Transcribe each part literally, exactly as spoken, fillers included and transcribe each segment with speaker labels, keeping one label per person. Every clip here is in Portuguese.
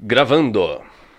Speaker 1: Gravando.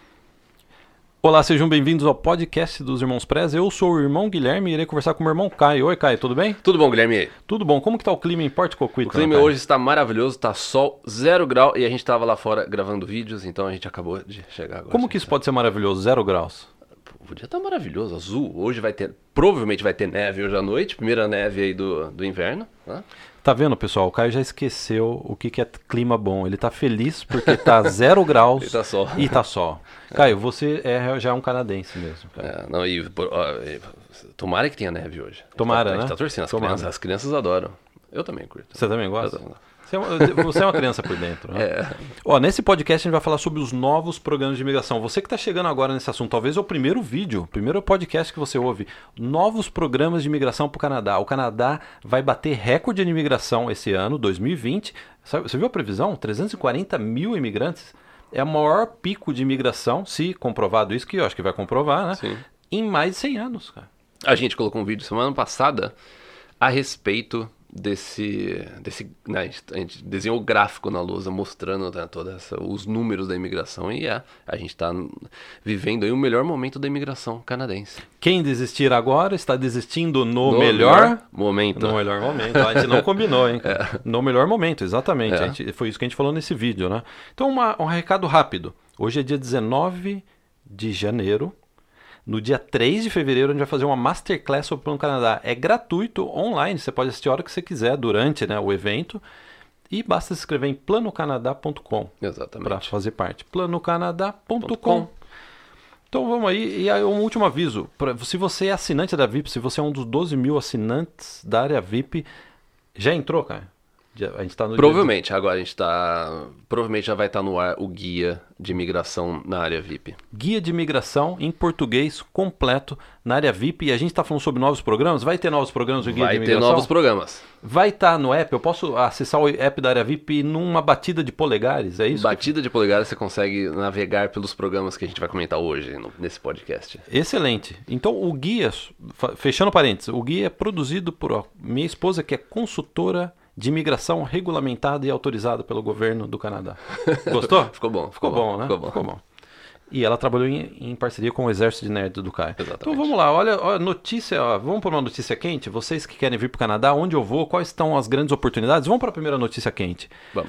Speaker 2: Olá, sejam bem-vindos ao podcast dos Irmãos Prez. Eu sou o irmão Guilherme e irei conversar com o meu irmão Caio. Oi, Caio, tudo bem?
Speaker 1: Tudo bom, Guilherme?
Speaker 2: Tudo bom. Como que tá o clima em Porto Coquito?
Speaker 1: O clima
Speaker 2: né,
Speaker 1: hoje está maravilhoso, tá sol, zero grau e a gente tava lá fora gravando vídeos, então a gente acabou de chegar agora.
Speaker 2: Como que isso pode ser maravilhoso? Zero graus?
Speaker 1: O dia tá maravilhoso, azul. Hoje vai ter, provavelmente vai ter neve hoje à noite, primeira neve aí do, do inverno, né?
Speaker 2: Tá vendo, pessoal? O Caio já esqueceu o que, que é clima bom. Ele tá feliz porque tá zero graus
Speaker 1: e tá sol.
Speaker 2: E tá sol. Caio, você é, já é um canadense mesmo.
Speaker 1: É, não, e, ó, e tomara que tenha neve hoje.
Speaker 2: Tomara,
Speaker 1: a gente tá,
Speaker 2: né?
Speaker 1: A gente tá torcendo, as
Speaker 2: Tomara.
Speaker 1: crianças, as crianças adoram. Eu também curto.
Speaker 2: Você também gosta?
Speaker 1: Eu,
Speaker 2: Você é, uma, você é uma criança por dentro, né?
Speaker 1: É.
Speaker 2: Ó, nesse podcast a gente vai falar sobre os novos programas de imigração. Você que está chegando agora nesse assunto, talvez é o primeiro vídeo, o primeiro podcast que você ouve. Novos programas de imigração para o Canadá. O Canadá vai bater recorde de imigração esse ano, dois mil e vinte. Sabe, você viu a previsão? trezentos e quarenta mil imigrantes. É o maior pico de imigração, se comprovado isso, que eu acho que vai comprovar, né?
Speaker 1: Sim.
Speaker 2: Em mais de cem anos, cara.
Speaker 1: A gente colocou um vídeo semana passada a respeito desse, desse né, a gente desenhou o gráfico na lousa mostrando, né, todos os números da imigração e é, a gente está vivendo aí o melhor momento da imigração canadense.
Speaker 2: Quem desistir agora está desistindo no,
Speaker 1: no
Speaker 2: melhor...
Speaker 1: melhor momento.
Speaker 2: No melhor momento. A gente não combinou, hein?
Speaker 1: É.
Speaker 2: No melhor momento, exatamente.
Speaker 1: É.
Speaker 2: A gente, foi isso que a gente falou nesse vídeo, né? Então, uma, um recado rápido. Hoje é dia dezenove de janeiro. No dia três de fevereiro a gente vai fazer uma Masterclass sobre o Plano Canadá. É gratuito, online, você pode assistir a hora que você quiser durante, né, o evento. E basta se inscrever em plano canadá ponto com para fazer parte. plano canadá ponto com. Então vamos aí. E aí um último aviso. Pra, se você é assinante da V I P, se você é um dos doze mil assinantes da área V I P, já entrou, cara? A gente tá no
Speaker 1: provavelmente, dia... agora a gente está... Provavelmente já vai estar no ar o guia de imigração na área V I P.
Speaker 2: Guia de imigração em português completo na área V I P. E a gente está falando sobre novos programas. Vai ter novos programas do guia
Speaker 1: vai
Speaker 2: de imigração?
Speaker 1: Vai ter novos programas.
Speaker 2: Vai estar tá no app? Eu posso acessar o app da área V I P numa batida de polegares, é isso?
Speaker 1: Batida de polegares, você consegue navegar pelos programas que a gente vai comentar hoje no, nesse podcast.
Speaker 2: Excelente. Então o guia, fechando parênteses, o guia é produzido por ó, minha esposa, que é consultora de imigração regulamentada e autorizada pelo governo do Canadá. Gostou?
Speaker 1: Ficou bom.
Speaker 2: Ficou, ficou bom, bom, né?
Speaker 1: Ficou bom.
Speaker 2: Ficou bom. E ela trabalhou em, em parceria com o Exército de Nerd do Caio.
Speaker 1: Exatamente.
Speaker 2: Então vamos lá, olha, olha notícia, ó, vamos para uma notícia quente? Vocês que querem vir para o Canadá, onde eu vou, quais estão as grandes oportunidades? Vamos para a primeira notícia quente.
Speaker 1: Vamos.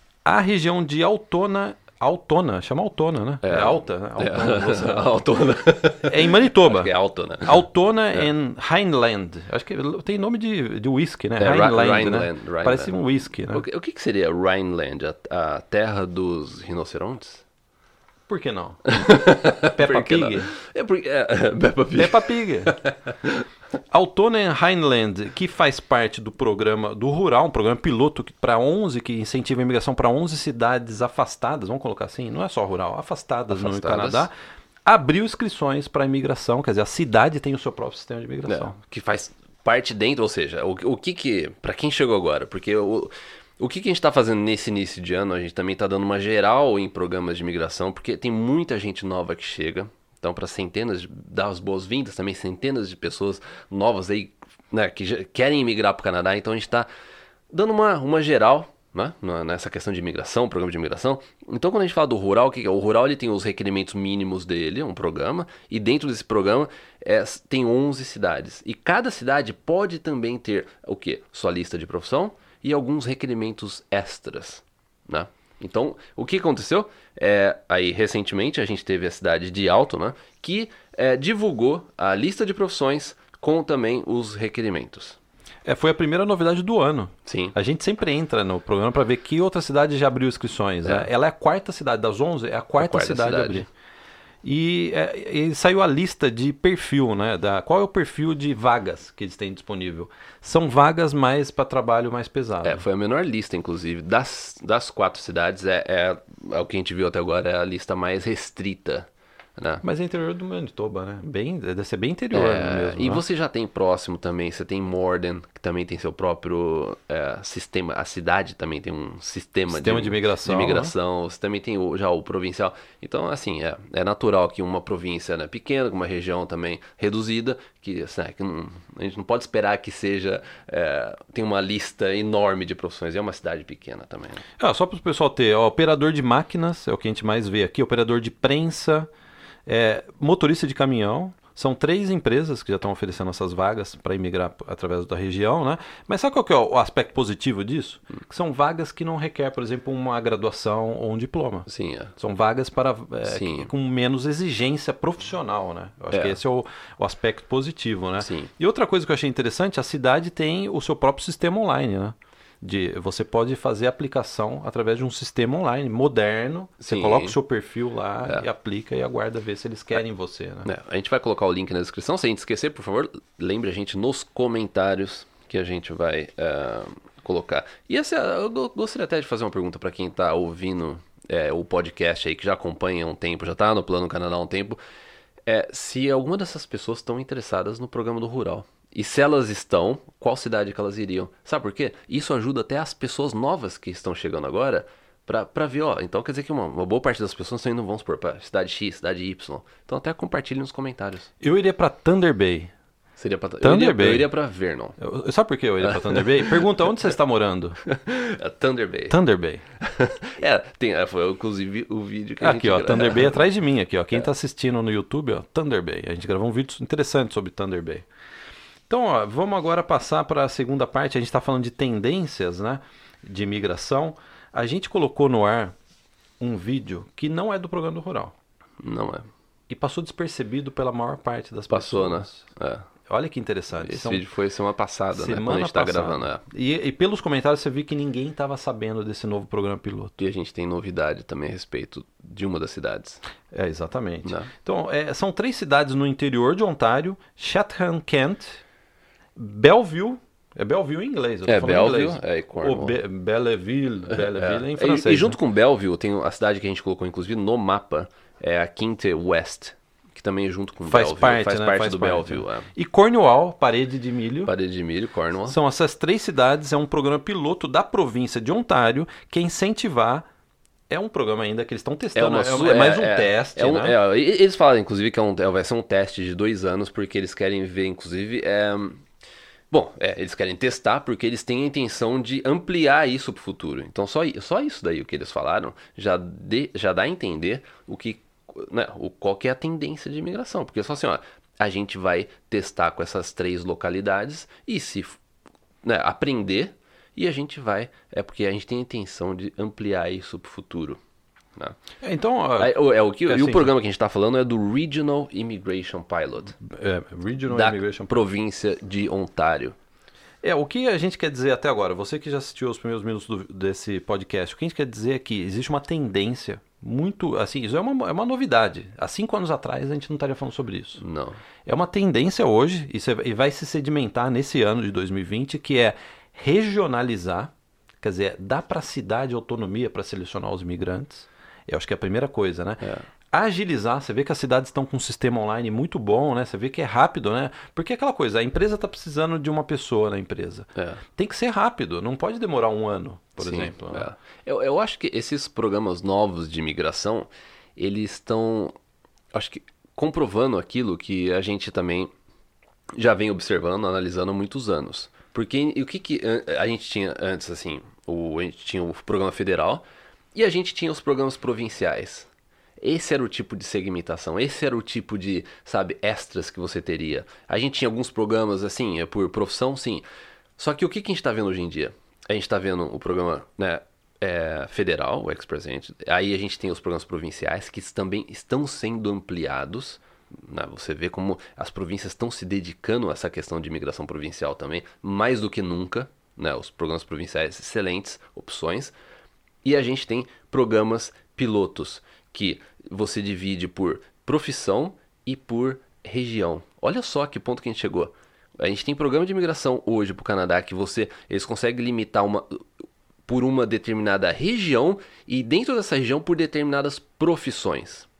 Speaker 2: A região de Altona... Altona, chama Altona, né?
Speaker 1: É,
Speaker 2: é alta, né? Altona.
Speaker 1: É, você... Altona.
Speaker 2: É em Manitoba.
Speaker 1: Acho que é Altona.
Speaker 2: Altona
Speaker 1: é.
Speaker 2: and Rhineland. Acho que tem nome de, de whisky, né?
Speaker 1: É,
Speaker 2: Rhineland,
Speaker 1: Rhineland,
Speaker 2: né?
Speaker 1: Rhineland.
Speaker 2: Parece um whisky, né?
Speaker 1: O que, o que seria Rhineland? A, a terra dos rinocerontes?
Speaker 2: Por que não? Peppa
Speaker 1: Por que
Speaker 2: Pig?
Speaker 1: Não? É porque... É, Peppa Pig.
Speaker 2: Peppa Pig. Altona and Rhineland, que faz parte do programa do Rural, um programa piloto para onze, que incentiva a imigração para onze cidades afastadas, vamos colocar assim, não é só rural, afastadas, afastadas. no Canadá, abriu inscrições para a imigração, quer dizer, a cidade tem o seu próprio sistema de imigração.
Speaker 1: É, que faz parte dentro, ou seja, o, o que que, para quem chegou agora, porque o... O que, que a gente está fazendo nesse início de ano? A gente também está dando uma geral em programas de imigração, porque tem muita gente nova que chega. Então, para centenas, de, dar as boas-vindas também, centenas de pessoas novas aí, né, que já querem imigrar para o Canadá. Então, a gente está dando uma, uma geral, né, nessa questão de imigração, programa de imigração. Então, quando a gente fala do rural, o que é? O rural ele tem os requerimentos mínimos dele, um programa, e dentro desse programa é, tem onze cidades. E cada cidade pode também ter o quê? Sua lista de profissão e alguns requerimentos extras, né? Então, o que aconteceu? É, aí, recentemente, a gente teve a cidade de Altona, que é, divulgou a lista de profissões com também os requerimentos.
Speaker 2: É, foi a primeira novidade do ano.
Speaker 1: Sim.
Speaker 2: A gente sempre entra no programa para ver que outra cidade já abriu inscrições. É. Né? Ela é a quarta cidade, das onze, é a quarta, a quarta cidade, cidade a abrir. E, é, e saiu a lista de perfil, né? Da, qual é o perfil de vagas que eles têm disponível? São vagas mais para trabalho mais pesado.
Speaker 1: É, foi a menor lista, inclusive. Das, das quatro cidades, é, é, é o que a gente viu até agora, é a lista mais restrita né?
Speaker 2: Mas é interior do Manitoba, né? Bem, deve ser bem interior
Speaker 1: É,
Speaker 2: mesmo.
Speaker 1: e
Speaker 2: né?
Speaker 1: você já tem próximo também, você tem Morden, que também tem seu próprio é, sistema, a cidade também tem um sistema,
Speaker 2: Sistema de migração,
Speaker 1: de migração, você também tem o, já o provincial. Então, assim, é, é natural que uma província, né, pequena, com uma região também reduzida, que, assim, é, que não- a gente não pode esperar que seja, é, tem uma lista enorme de profissões, é uma cidade pequena também. Né?
Speaker 2: Ah, só para o pessoal ter, ó, operador de máquinas, é o que a gente mais vê aqui, operador de prensa, é, motorista de caminhão. São três empresas que já estão oferecendo essas vagas para imigrar p- através da região, né? Mas sabe qual que é o o aspecto positivo disso? Que são vagas que não requer, por exemplo, uma graduação ou um diploma.
Speaker 1: Sim, é.
Speaker 2: São vagas para é,
Speaker 1: Sim.
Speaker 2: que- com menos exigência profissional, né? Eu acho
Speaker 1: É.
Speaker 2: que esse é o, o aspecto positivo, né?
Speaker 1: Sim.
Speaker 2: E outra coisa que eu achei interessante, a cidade tem o seu próprio sistema online, né? De, você pode fazer a aplicação através de um sistema online moderno. Você
Speaker 1: Sim.
Speaker 2: coloca o seu perfil lá
Speaker 1: É.
Speaker 2: e aplica e aguarda ver se eles querem você, né?
Speaker 1: É, a gente vai colocar o link na descrição. Se a gente esquecer, por favor, lembre a gente nos comentários que a gente vai é, colocar. E essa, eu go- gostaria até de fazer uma pergunta para quem está ouvindo é, o podcast aí, que já acompanha há um tempo, já está no Plano Canadá há um tempo. É, se alguma dessas pessoas estão interessadas no programa do Rural. E se elas estão, qual cidade que elas iriam? Sabe por quê? Isso ajuda até as pessoas novas que estão chegando agora pra, pra ver, ó. Então quer dizer que uma, uma boa parte das pessoas estão indo, vamos supor, pra cidade X, cidade Y. Então até compartilhe nos comentários.
Speaker 2: Eu iria para Thunder Bay.
Speaker 1: Seria pra, eu,
Speaker 2: Thunder
Speaker 1: iria,
Speaker 2: Bay.
Speaker 1: eu iria pra Vernon.
Speaker 2: Eu- sabe por que eu iria para Thunder Bay? Pergunta onde você está morando?
Speaker 1: É Thunder Bay.
Speaker 2: Thunder Bay.
Speaker 1: É, tem, é, foi inclusive o vídeo que a gente
Speaker 2: Aqui, ó,
Speaker 1: gra-
Speaker 2: Thunder Bay atrás de mim aqui, ó. Quem tá assistindo no YouTube, ó, Thunder Bay. A gente gravou um vídeo interessante sobre Thunder Bay. Então, ó, vamos agora passar para a segunda parte. A gente está falando de tendências, né, de imigração. A gente colocou no ar um vídeo que não é do programa do Rural
Speaker 1: Não é.
Speaker 2: e passou despercebido pela maior parte das
Speaker 1: Passou, né?
Speaker 2: pessoas.
Speaker 1: É.
Speaker 2: Olha que interessante.
Speaker 1: Esse
Speaker 2: São
Speaker 1: vídeo foi semana passada, né? Quando a
Speaker 2: semana
Speaker 1: gente tá
Speaker 2: passada.
Speaker 1: gravando, é.
Speaker 2: E, e pelos comentários você viu que ninguém estava sabendo desse novo programa piloto.
Speaker 1: E a gente tem novidade também a respeito de uma das cidades.
Speaker 2: É, exatamente.
Speaker 1: Né?
Speaker 2: Então, é, são três cidades no interior de Ontário: Chatham, Kent, Belleville. É Belleville em inglês. Eu tô
Speaker 1: É,
Speaker 2: falando
Speaker 1: Belleville,
Speaker 2: inglês.
Speaker 1: é, e Cornwall.
Speaker 2: Ou Be Belleville, Belleville
Speaker 1: É.
Speaker 2: em
Speaker 1: E-
Speaker 2: francês.
Speaker 1: E, junto
Speaker 2: né?
Speaker 1: com Belleville, tem a cidade que a gente colocou, inclusive, no mapa, é a Quinte West, que também é junto com
Speaker 2: Faz
Speaker 1: Belleville.
Speaker 2: parte,
Speaker 1: faz
Speaker 2: né?
Speaker 1: parte
Speaker 2: Faz
Speaker 1: do
Speaker 2: parte,
Speaker 1: Belleville.
Speaker 2: né?
Speaker 1: É.
Speaker 2: E Cornwall, Parede de Milho.
Speaker 1: Parede de Milho, Cornwall.
Speaker 2: São essas três cidades. É um programa piloto da província de Ontário que é incentivar. É um programa ainda que eles estão testando. É,
Speaker 1: su-
Speaker 2: é mais um teste,
Speaker 1: é um-
Speaker 2: né?
Speaker 1: é, e- eles falam, inclusive, que é um, é, vai ser um teste de dois anos, porque eles querem ver, inclusive, é, bom, é, eles querem testar porque eles têm a intenção de ampliar isso para o futuro. Então, só, i- só isso daí, o que eles falaram, já, de- já dá a entender o que, né, o, qual que é a tendência de imigração. Porque só assim, ó, a gente vai testar com essas três localidades e se, né, aprender, e a gente vai, é porque a gente tem a intenção de ampliar isso para o futuro. Né?
Speaker 2: É, então, ó,
Speaker 1: Aí, o- é, o que,
Speaker 2: é
Speaker 1: e
Speaker 2: assim,
Speaker 1: o programa que a gente está falando é do Regional Immigration Pilot,
Speaker 2: é, Regional
Speaker 1: da
Speaker 2: Immigration
Speaker 1: província de Ontário.
Speaker 2: É, o que a gente quer dizer até agora, você que já assistiu os primeiros minutos do- desse podcast, o que a gente quer dizer é que existe uma tendência muito, assim, isso é uma, é uma novidade. Há cinco anos atrás a gente não estaria falando sobre isso.
Speaker 1: Não.
Speaker 2: É uma tendência hoje, isso é- e vai se sedimentar nesse ano de dois mil e vinte, que é regionalizar, quer dizer, dar para a cidade autonomia para selecionar os imigrantes. Eu acho que é a primeira coisa, né?
Speaker 1: É.
Speaker 2: Agilizar, você vê que as cidades estão com um sistema online muito bom, né? Você vê que é rápido, né? Porque é aquela coisa, a empresa está precisando de uma pessoa na empresa.
Speaker 1: É.
Speaker 2: Tem que ser rápido, não pode demorar um ano, por
Speaker 1: Sim,
Speaker 2: exemplo. né?
Speaker 1: é. Eu, eu acho que esses programas novos de imigração, eles estão, acho que, comprovando aquilo que a gente também já vem observando, analisando há muitos anos. Porque e o que, que a gente tinha antes, assim, o, a gente tinha o programa federal e a gente tinha os programas provinciais. Esse era o tipo de segmentação, esse era o tipo de, sabe, extras que você teria. A gente tinha alguns programas, assim, é por profissão, sim. Só que o que, que a gente está vendo hoje em dia? A gente está vendo o programa, né, é, federal, o ex-presidente. Aí a gente tem os programas provinciais que também estão sendo ampliados. Né? Você vê como as províncias estão se dedicando a essa questão de imigração provincial também, mais do que nunca. Né? Os programas provinciais, excelentes opções. E a gente tem programas pilotos, que você divide por profissão e por região. Olha só que ponto que a gente chegou. A gente tem programa de imigração hoje para o Canadá que você, eles conseguem limitar uma, por uma determinada região e dentro dessa região por determinadas profissões.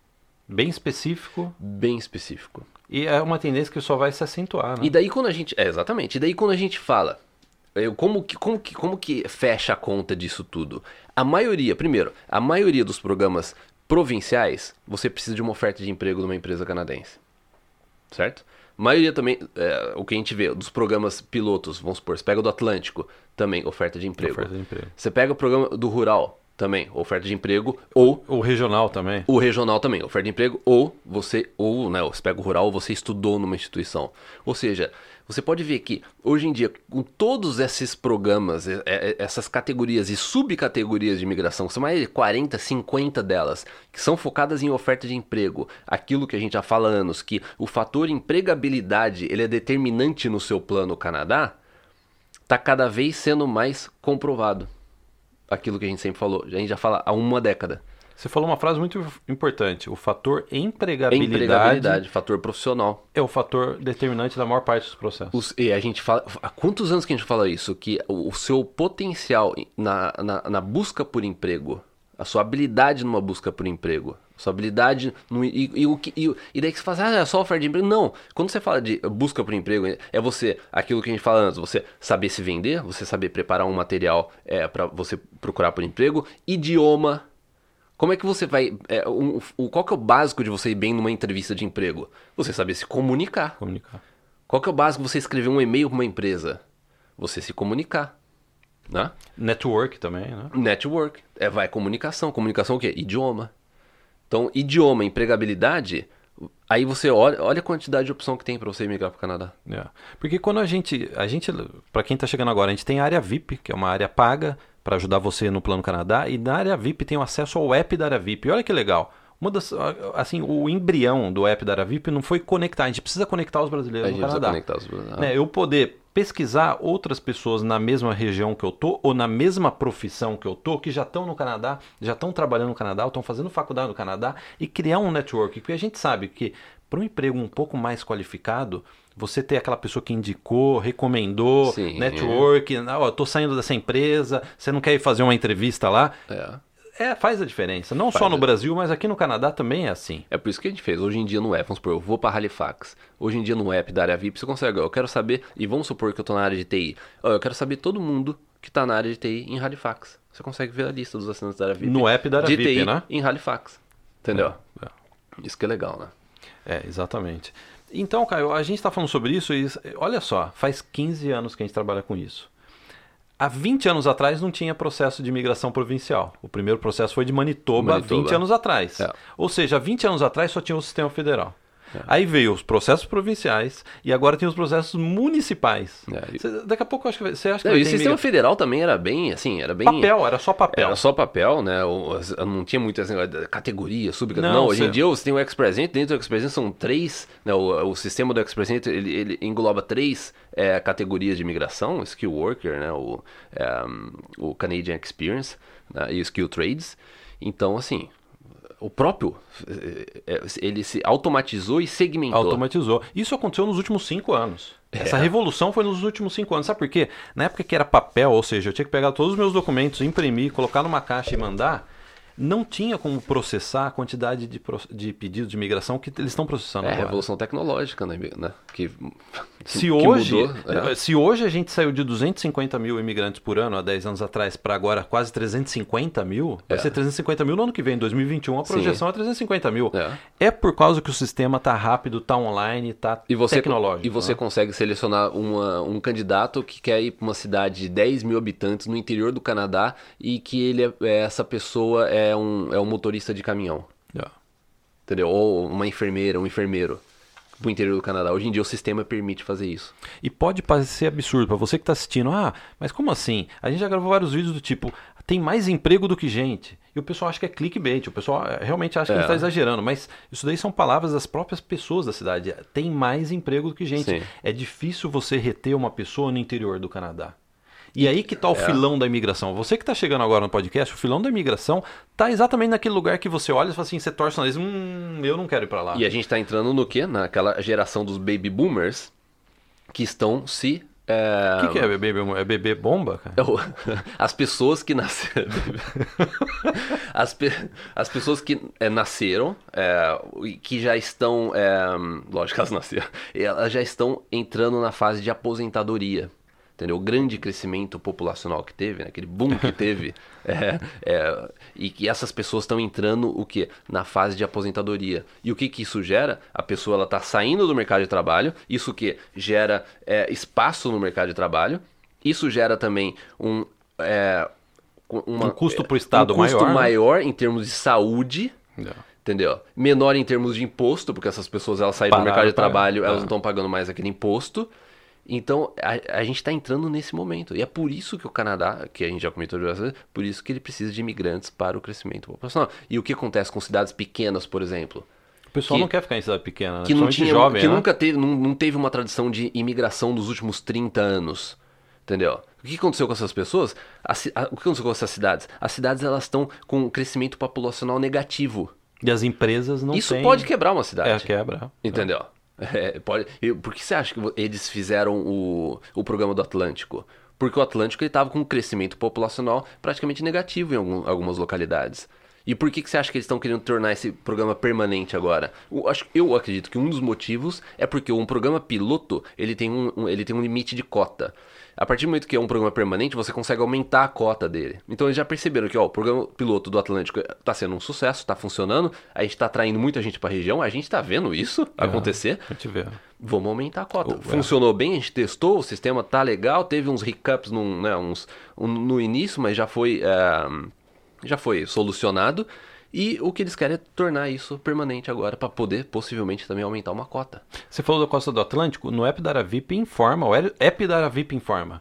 Speaker 2: Bem específico.
Speaker 1: Bem específico.
Speaker 2: E é uma tendência que só vai se acentuar, né?
Speaker 1: E daí quando a gente... É, exatamente. E daí quando a gente fala... Eu, como, que, como, que, como que fecha a conta disso tudo? A maioria... Primeiro, a maioria dos programas provinciais, você precisa de uma oferta de emprego numa empresa canadense. Certo? A maioria também... É, o que a gente vê dos programas pilotos, vamos supor, você pega o do Atlântico, também, oferta de emprego.
Speaker 2: Oferta de emprego.
Speaker 1: Você pega o programa do Rural... Também, oferta de emprego, ou...
Speaker 2: O regional também.
Speaker 1: O regional também, oferta de emprego, ou você, ou, né, você pega o rural, ou você estudou numa instituição. Ou seja, você pode ver que, hoje em dia, com todos esses programas, essas categorias e subcategorias de imigração, são mais de quarenta, cinquenta delas, que são focadas em oferta de emprego, aquilo que a gente já fala há anos, que o fator empregabilidade, ele é determinante no seu plano Canadá, está cada vez sendo mais comprovado. Aquilo que a gente sempre falou, a gente já fala há uma década.
Speaker 2: Você falou uma frase muito importante, o fator empregabilidade,
Speaker 1: empregabilidade, fator profissional.
Speaker 2: É o fator determinante da maior parte dos processos.
Speaker 1: Os, e a gente fala, há quantos anos que a gente fala isso? Que o, o seu potencial na, na, na busca por emprego, a sua habilidade numa busca por emprego, a sua habilidade no, e, e, e, e, e daí que você fala, ah, é só oferta de emprego. Não, quando você fala de busca por emprego, é você, aquilo que a gente fala antes, você saber se vender, você saber preparar um material é, para você procurar por emprego, idioma. Como é que você vai, é, um, um, qual que é o básico de você ir bem numa entrevista de emprego? Você saber se comunicar.
Speaker 2: Comunicar.
Speaker 1: Qual que é o básico de você escrever um e-mail para uma empresa? Você se comunicar. Né?
Speaker 2: Network também, né?
Speaker 1: Network. É, vai comunicação. Comunicação o quê? Idioma. Então, idioma, empregabilidade, aí você olha, olha a quantidade de opção que tem para você emigrar para o Canadá.
Speaker 2: É. Porque quando a gente, a gente, para quem está chegando agora, a gente tem a área V I P, que é uma área paga para ajudar você no Plano Canadá, e na área V I P tem o acesso ao app da área V I P. E olha que legal. Uma das, assim, o embrião do app da área V I P não foi conectar, a gente precisa conectar os brasileiros
Speaker 1: a gente
Speaker 2: no Canadá.
Speaker 1: Conectar os brasileiros.
Speaker 2: Né? Eu poder pesquisar outras pessoas na mesma região que eu tô, ou na mesma profissão que eu tô, que já estão no Canadá, já estão trabalhando no Canadá, ou estão fazendo faculdade no Canadá, e criar um network. Porque a gente sabe que para um emprego um pouco mais qualificado, você ter aquela pessoa que indicou, recomendou, Sim. network, ó, tô saindo dessa empresa, você não quer ir fazer uma entrevista lá?
Speaker 1: É.
Speaker 2: É, faz a diferença. Não
Speaker 1: faz
Speaker 2: só no
Speaker 1: a...
Speaker 2: Brasil, mas aqui no Canadá também é assim.
Speaker 1: É por isso que a gente fez. Hoje em dia no app, vamos supor, eu vou para Halifax. Hoje em dia no app da área V I P, você consegue, eu quero saber, e vamos supor que eu tô na área de T I. Eu quero saber todo mundo que tá na área de T I em Halifax. Você consegue ver a lista dos assinantes da área V I P.
Speaker 2: No app da área
Speaker 1: de
Speaker 2: V I P,
Speaker 1: T I,
Speaker 2: né?
Speaker 1: Em Halifax. Entendeu?
Speaker 2: É, é.
Speaker 1: Isso que é legal, né?
Speaker 2: É, exatamente. Então, Caio, a gente tá falando sobre isso e olha só, faz quinze anos que a gente trabalha com isso. Há vinte anos atrás não tinha processo de imigração provincial. O primeiro processo foi de Manitoba, Manitoba. vinte anos atrás. É. Ou seja, há vinte anos atrás só tinha o sistema federal. É. Aí veio os processos provinciais e agora tem os processos municipais. É. Cê, daqui a pouco eu acho que você acha que
Speaker 1: não,
Speaker 2: vai
Speaker 1: e
Speaker 2: ter
Speaker 1: o sistema
Speaker 2: imigra...
Speaker 1: federal também era bem assim, era bem
Speaker 2: papel, era só papel.
Speaker 1: Era só papel, né? Não tinha muitas categorias, subcategorias. Não, não, hoje
Speaker 2: cê...
Speaker 1: em dia você tem o Express Entry, dentro do Express Entry são três, né? O, o sistema do Express Entry, ele, ele engloba três é, categorias de imigração, Skill Worker, né? O, é, o Canadian Experience, né? E o Skill Trades. Então, assim, o próprio, ele se automatizou e segmentou.
Speaker 2: Automatizou. Isso aconteceu nos últimos cinco anos.
Speaker 1: É.
Speaker 2: Essa revolução foi nos últimos cinco anos. Sabe por quê? Na época que era papel, ou seja, eu tinha que pegar todos os meus documentos, imprimir, colocar numa caixa e mandar, não tinha como processar a quantidade de, de pedidos de imigração que eles estão processando
Speaker 1: é,
Speaker 2: agora. É
Speaker 1: revolução tecnológica, né? Que,
Speaker 2: se,
Speaker 1: que
Speaker 2: hoje,
Speaker 1: mudou, é.
Speaker 2: se hoje a gente saiu de duzentos e cinquenta mil imigrantes por ano, há dez anos atrás, para agora quase trezentos e cinquenta mil, vai
Speaker 1: é.
Speaker 2: ser trezentos e cinquenta mil no ano que vem, em dois mil e vinte e um, a projeção Sim. é trezentos e cinquenta mil.
Speaker 1: É.
Speaker 2: é por causa que o sistema está rápido, está online, está tecnológico.
Speaker 1: E você
Speaker 2: né?
Speaker 1: consegue selecionar uma, um candidato que quer ir para uma cidade de dez mil habitantes no interior do Canadá e que ele é, essa pessoa é um, é um motorista de caminhão.
Speaker 2: Yeah.
Speaker 1: Entendeu? Ou uma enfermeira, um enfermeiro pro interior do Canadá. Hoje em dia o sistema permite fazer isso.
Speaker 2: E pode parecer absurdo para você que está assistindo. Ah, mas como assim? A gente já gravou vários vídeos do tipo, tem mais emprego do que gente. E o pessoal acha que é clickbait. O pessoal realmente acha que é. está exagerando. Mas isso daí são palavras das próprias pessoas da cidade. Tem mais emprego do que gente.
Speaker 1: Sim.
Speaker 2: É difícil você reter uma pessoa no interior do Canadá. E aí que tá o é. filão da imigração. Você que tá chegando agora no podcast, o filão da imigração tá exatamente naquele lugar que você olha e fala assim, você torce o nariz, hum, eu não quero ir pra lá.
Speaker 1: E a gente tá entrando no quê? Naquela geração dos baby boomers que estão se...
Speaker 2: O é... que, que é bebê? É bebê bomba, cara?
Speaker 1: As pessoas que nasceram... as, pe as pessoas que é, nasceram, é, que já estão, é, lógico que elas nasceram, elas já estão entrando na fase de aposentadoria. Entendeu? O grande crescimento populacional que teve, né? Aquele boom que teve, é, é, e que essas pessoas estão entrando o quê? Na fase de aposentadoria. E o que, que isso gera? A pessoa ela está saindo do mercado de trabalho, isso que gera é, espaço no mercado de trabalho, isso gera também um, é, uma,
Speaker 2: um custo para o Estado
Speaker 1: um custo
Speaker 2: maior,
Speaker 1: maior
Speaker 2: né?
Speaker 1: em termos de saúde.
Speaker 2: Não.
Speaker 1: Entendeu? Menor em termos de imposto, porque essas pessoas elas saíram do mercado de trabalho, elas não estão pagando mais aquele imposto. Então, a, a gente está entrando nesse momento. E é por isso que o Canadá, que a gente já comentou diversas vezes, por isso que ele precisa de imigrantes para o crescimento populacional. E o que acontece com cidades pequenas, por exemplo?
Speaker 2: O pessoal
Speaker 1: que,
Speaker 2: não quer ficar em cidade pequena, né?
Speaker 1: Que, não tinha,
Speaker 2: jovem,
Speaker 1: que
Speaker 2: né?
Speaker 1: nunca teve, não, não teve uma tradição de imigração nos últimos trinta anos. Entendeu? O que aconteceu com essas pessoas? A, a, o que aconteceu com essas cidades? As cidades elas estão com um crescimento populacional negativo.
Speaker 2: E as empresas não
Speaker 1: Isso
Speaker 2: têm...
Speaker 1: pode quebrar uma cidade.
Speaker 2: É, quebra.
Speaker 1: Entendeu? É, pode... Por que você acha que eles fizeram o, o programa do Atlântico? Porque o Atlântico estava com um crescimento populacional praticamente negativo em algum, algumas localidades. E por que, que você acha que eles estão querendo tornar esse programa permanente agora? Eu, acho, eu acredito que um dos motivos é porque um programa piloto ele tem um, um, ele tem um limite de cota. A partir do momento que é um programa permanente, você consegue aumentar a cota dele. Então eles já perceberam que ó, o programa piloto do Atlântico está sendo um sucesso, está funcionando, a gente está atraindo muita gente para a região, a gente está vendo isso
Speaker 2: é,
Speaker 1: acontecer.
Speaker 2: A gente vê.
Speaker 1: Vamos aumentar a cota.
Speaker 2: Oh,
Speaker 1: Funcionou
Speaker 2: é.
Speaker 1: bem, a gente testou, o sistema tá legal, teve uns hiccups num, né, uns, um, no início, mas já foi, é, já foi solucionado. E o que eles querem é tornar isso permanente agora para poder possivelmente também aumentar uma cota.
Speaker 2: Você falou da Costa do Atlântico, no app da Aravip informa, o app da Aravip informa,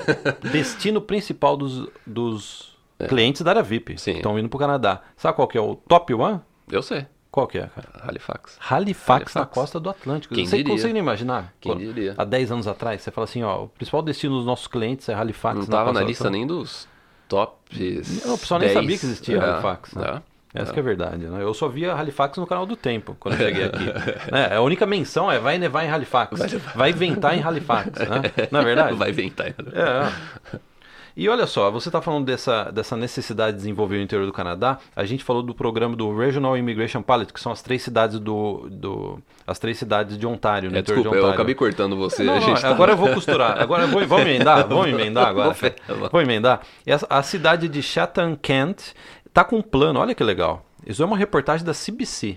Speaker 2: destino principal dos, dos é. clientes da Aravip que estão indo para o Canadá. Sabe qual que é o top one?
Speaker 1: Eu sei.
Speaker 2: Qual que é, cara?
Speaker 1: Halifax.
Speaker 2: Halifax, Halifax. Na costa do Atlântico.
Speaker 1: Quem
Speaker 2: você
Speaker 1: diria?
Speaker 2: consegue imaginar?
Speaker 1: Quem Quando, diria?
Speaker 2: Há dez anos atrás, você fala assim, ó, o principal destino dos nossos clientes é Halifax.
Speaker 1: Não estava na, na lista nem dos top
Speaker 2: Não, o pessoal nem sabia que existia é. Halifax. Né? É. Essa
Speaker 1: é.
Speaker 2: que é a verdade, né? Eu só via Halifax no canal do Tempo, quando eu cheguei aqui. É, a única menção é vai nevar em Halifax. Vai, vai ventar em Halifax, né? Não é verdade?
Speaker 1: Vai ventar em Halifax.
Speaker 2: É. E olha só, você está falando dessa, dessa necessidade de desenvolver o interior do Canadá. A gente falou do programa do Regional Immigration Pilot, que são as três cidades do, do as três cidades de Ontário, no
Speaker 1: é,
Speaker 2: interior
Speaker 1: desculpa,
Speaker 2: de Ontário.
Speaker 1: Eu acabei cortando você.
Speaker 2: Não,
Speaker 1: a gente
Speaker 2: não,
Speaker 1: tá...
Speaker 2: Agora eu vou costurar. Agora eu vou, vamos emendar, vamos emendar agora. Vou emendar. E a, a cidade de Chatham-Kent está com um plano. Olha que legal. Isso é uma reportagem da C B C.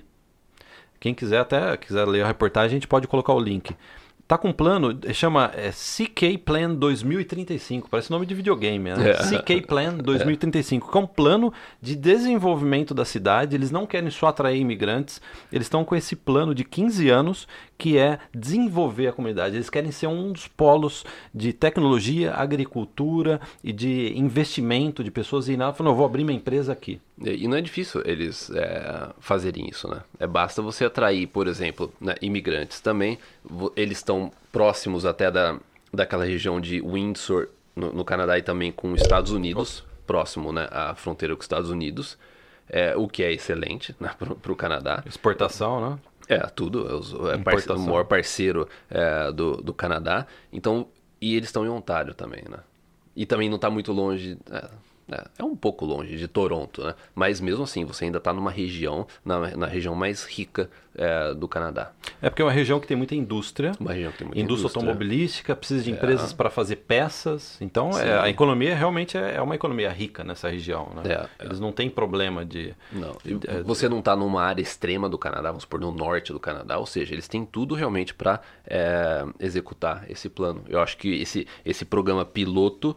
Speaker 2: Quem quiser até quiser ler a reportagem, a gente pode colocar o link. Tá com um plano, chama é, C K Plan dois mil e trinta e cinco, parece nome de videogame, né? É. C K Plan dois mil e trinta e cinco, que é um plano de desenvolvimento da cidade. Eles não querem só atrair imigrantes, eles estão com esse plano de quinze anos, que é desenvolver a comunidade. Eles querem ser um dos polos de tecnologia, agricultura e de investimento de pessoas. E nada, falando, eu vou abrir minha empresa aqui.
Speaker 1: E não é difícil eles é, fazerem isso, né? É, basta você atrair, por exemplo, né, imigrantes também. Eles estão próximos até da, daquela região de Windsor, no, no Canadá, e também com os Estados Unidos, Nossa. próximo, né, à fronteira com os Estados Unidos, é, o que é excelente, né, para o Canadá.
Speaker 2: Exportação, né?
Speaker 1: É, tudo. É, é parce, o maior parceiro é, do, do Canadá. Então, e eles estão em Ontário também, né? E também não está muito longe... É, É, é um pouco longe de Toronto, né? Mas mesmo assim, você ainda está numa região, na, na região mais rica é, do Canadá.
Speaker 2: É porque é uma região que tem muita indústria.
Speaker 1: Uma região que tem muita
Speaker 2: indústria.
Speaker 1: Indústria
Speaker 2: automobilística, precisa de empresas é. para fazer peças. Então, é, a economia realmente é, é uma economia rica nessa região, né? É, Eles é. não têm problema de...
Speaker 1: Não. É, você não está numa área extrema do Canadá, vamos supor, no norte do Canadá. Ou seja, eles têm tudo realmente para é, executar esse plano. Eu acho que esse, esse programa piloto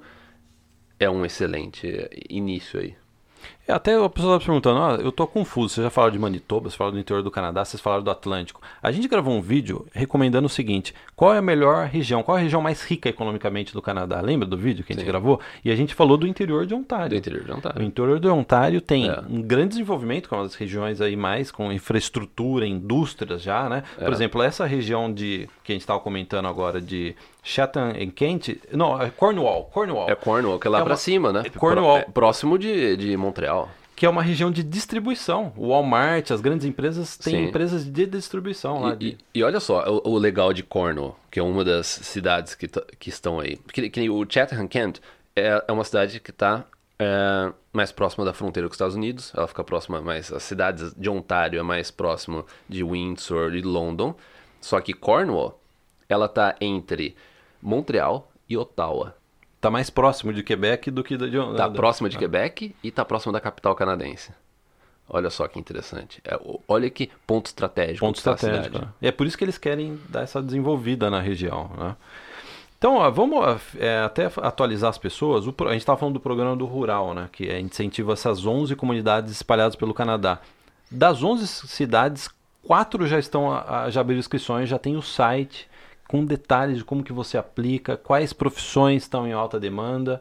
Speaker 1: é um excelente início aí.
Speaker 2: É, até a pessoa está perguntando, ah, eu tô confuso, vocês já falaram de Manitoba, vocês falaram do interior do Canadá, vocês falaram do Atlântico. A gente gravou um vídeo recomendando o seguinte, qual é a melhor região, qual é a região mais rica economicamente do Canadá? Lembra do vídeo que a gente Sim. gravou? E a gente falou do interior de Ontário.
Speaker 1: Do interior de Ontário.
Speaker 2: O interior de Ontário tem é. um grande desenvolvimento, com as regiões aí mais, com infraestrutura, indústrias já, né? Por é. exemplo, essa região de que a gente estava comentando agora de Chatham-Kent, não, é Cornwall, Cornwall.
Speaker 1: É Cornwall, que é lá é para cima, né?
Speaker 2: Cornwall.
Speaker 1: É próximo de, de Montreal.
Speaker 2: Que é uma região de distribuição. O Walmart, as grandes empresas têm Sim. empresas de distribuição lá.
Speaker 1: E,
Speaker 2: de...
Speaker 1: e, e olha só, o, o legal de Cornwall, que é uma das cidades que, que estão aí. Que, que o Chatham-Kent é, é uma cidade que está é mais próxima da fronteira com os Estados Unidos, ela fica próxima, mais as cidades de Ontário é mais próximo de Windsor e London, só que Cornwall, ela tá entre Montreal e Ottawa.
Speaker 2: Tá mais próximo de Quebec do que de...
Speaker 1: Tá
Speaker 2: da-
Speaker 1: próxima de
Speaker 2: ah.
Speaker 1: Quebec e tá próxima da capital canadense. Olha só que interessante. É, o- olha que ponto estratégico.
Speaker 2: Ponto
Speaker 1: que tá a
Speaker 2: estratégico.
Speaker 1: cidade.
Speaker 2: Né? E é por isso que eles querem dar essa desenvolvida na região. Né? Então, ó, vamos ó, é, até atualizar as pessoas. O pro- a gente estava falando do programa do Rural, né? Que é, incentiva essas onze comunidades espalhadas pelo Canadá. Das onze cidades, quatro já estão a, a, já abriram inscrições, já tem o site com detalhes de como que você aplica, quais profissões estão em alta demanda.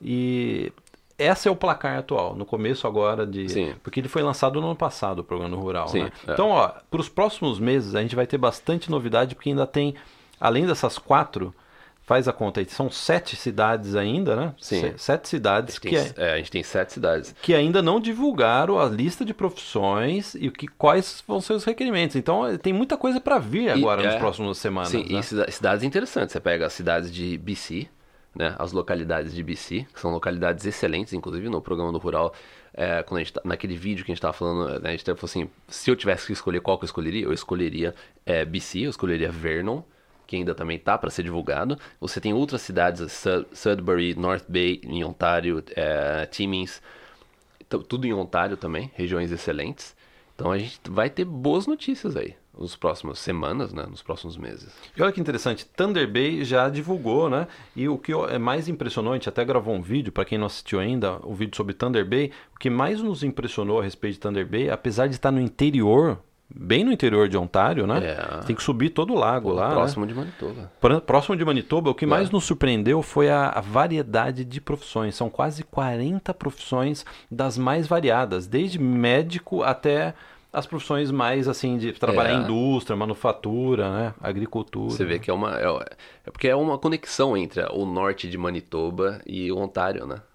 Speaker 2: E esse é o placar atual, no começo agora de...
Speaker 1: Sim.
Speaker 2: Porque ele foi lançado no ano passado, o programa Rural,
Speaker 1: Sim,
Speaker 2: né?
Speaker 1: é.
Speaker 2: Então, ó, para os próximos meses a gente vai ter bastante novidade, porque ainda tem, além dessas quatro, faz a conta aí, são sete cidades ainda, né?
Speaker 1: Sim.
Speaker 2: Se- Sete
Speaker 1: A
Speaker 2: cidades
Speaker 1: gente,
Speaker 2: que,
Speaker 1: tem,
Speaker 2: é-
Speaker 1: é, a gente tem sete cidades.
Speaker 2: que ainda não divulgaram a lista de profissões e o que, quais vão ser os requerimentos. Então, eh, tem muita coisa para vir agora
Speaker 1: E,
Speaker 2: nas
Speaker 1: é,
Speaker 2: próximas semanas.
Speaker 1: Sim,
Speaker 2: né?
Speaker 1: e cida- cidades interessantes. Você pega as cidades de B C, né? As localidades de B C, que são localidades excelentes, inclusive no programa do Rural. É, quando a gente tá- naquele vídeo que a gente estava falando, né, a gente falou assim: se eu tivesse que escolher qual que eu escolheria, eu escolheria é, B C, eu escolheria Vernon, que ainda também tá para ser divulgado. Você tem outras cidades, Sud- Sudbury, North Bay, em Ontário, é, Timmins, t- tudo em Ontário também, regiões excelentes. Então a gente vai ter boas notícias aí nos próximas semanas, né, nos próximos meses.
Speaker 2: E olha que interessante, Thunder Bay já divulgou, né? E o que é mais impressionante, até gravou um vídeo, para quem não assistiu ainda, o vídeo sobre Thunder Bay, o que mais nos impressionou a respeito de Thunder Bay, apesar de estar no interior, bem no interior de Ontário, né?
Speaker 1: É.
Speaker 2: Tem que subir todo o lago lá, né?
Speaker 1: Próximo de Manitoba.
Speaker 2: Pró- Próximo de Manitoba, o que mais
Speaker 1: É.
Speaker 2: nos surpreendeu foi a, a variedade de profissões. São quase quarenta profissões das mais variadas, desde médico até as profissões mais assim de trabalhar
Speaker 1: É.
Speaker 2: em indústria, manufatura, né? Agricultura.
Speaker 1: Você vê que é uma. É, é porque é uma conexão entre o norte de Manitoba e o Ontário, né?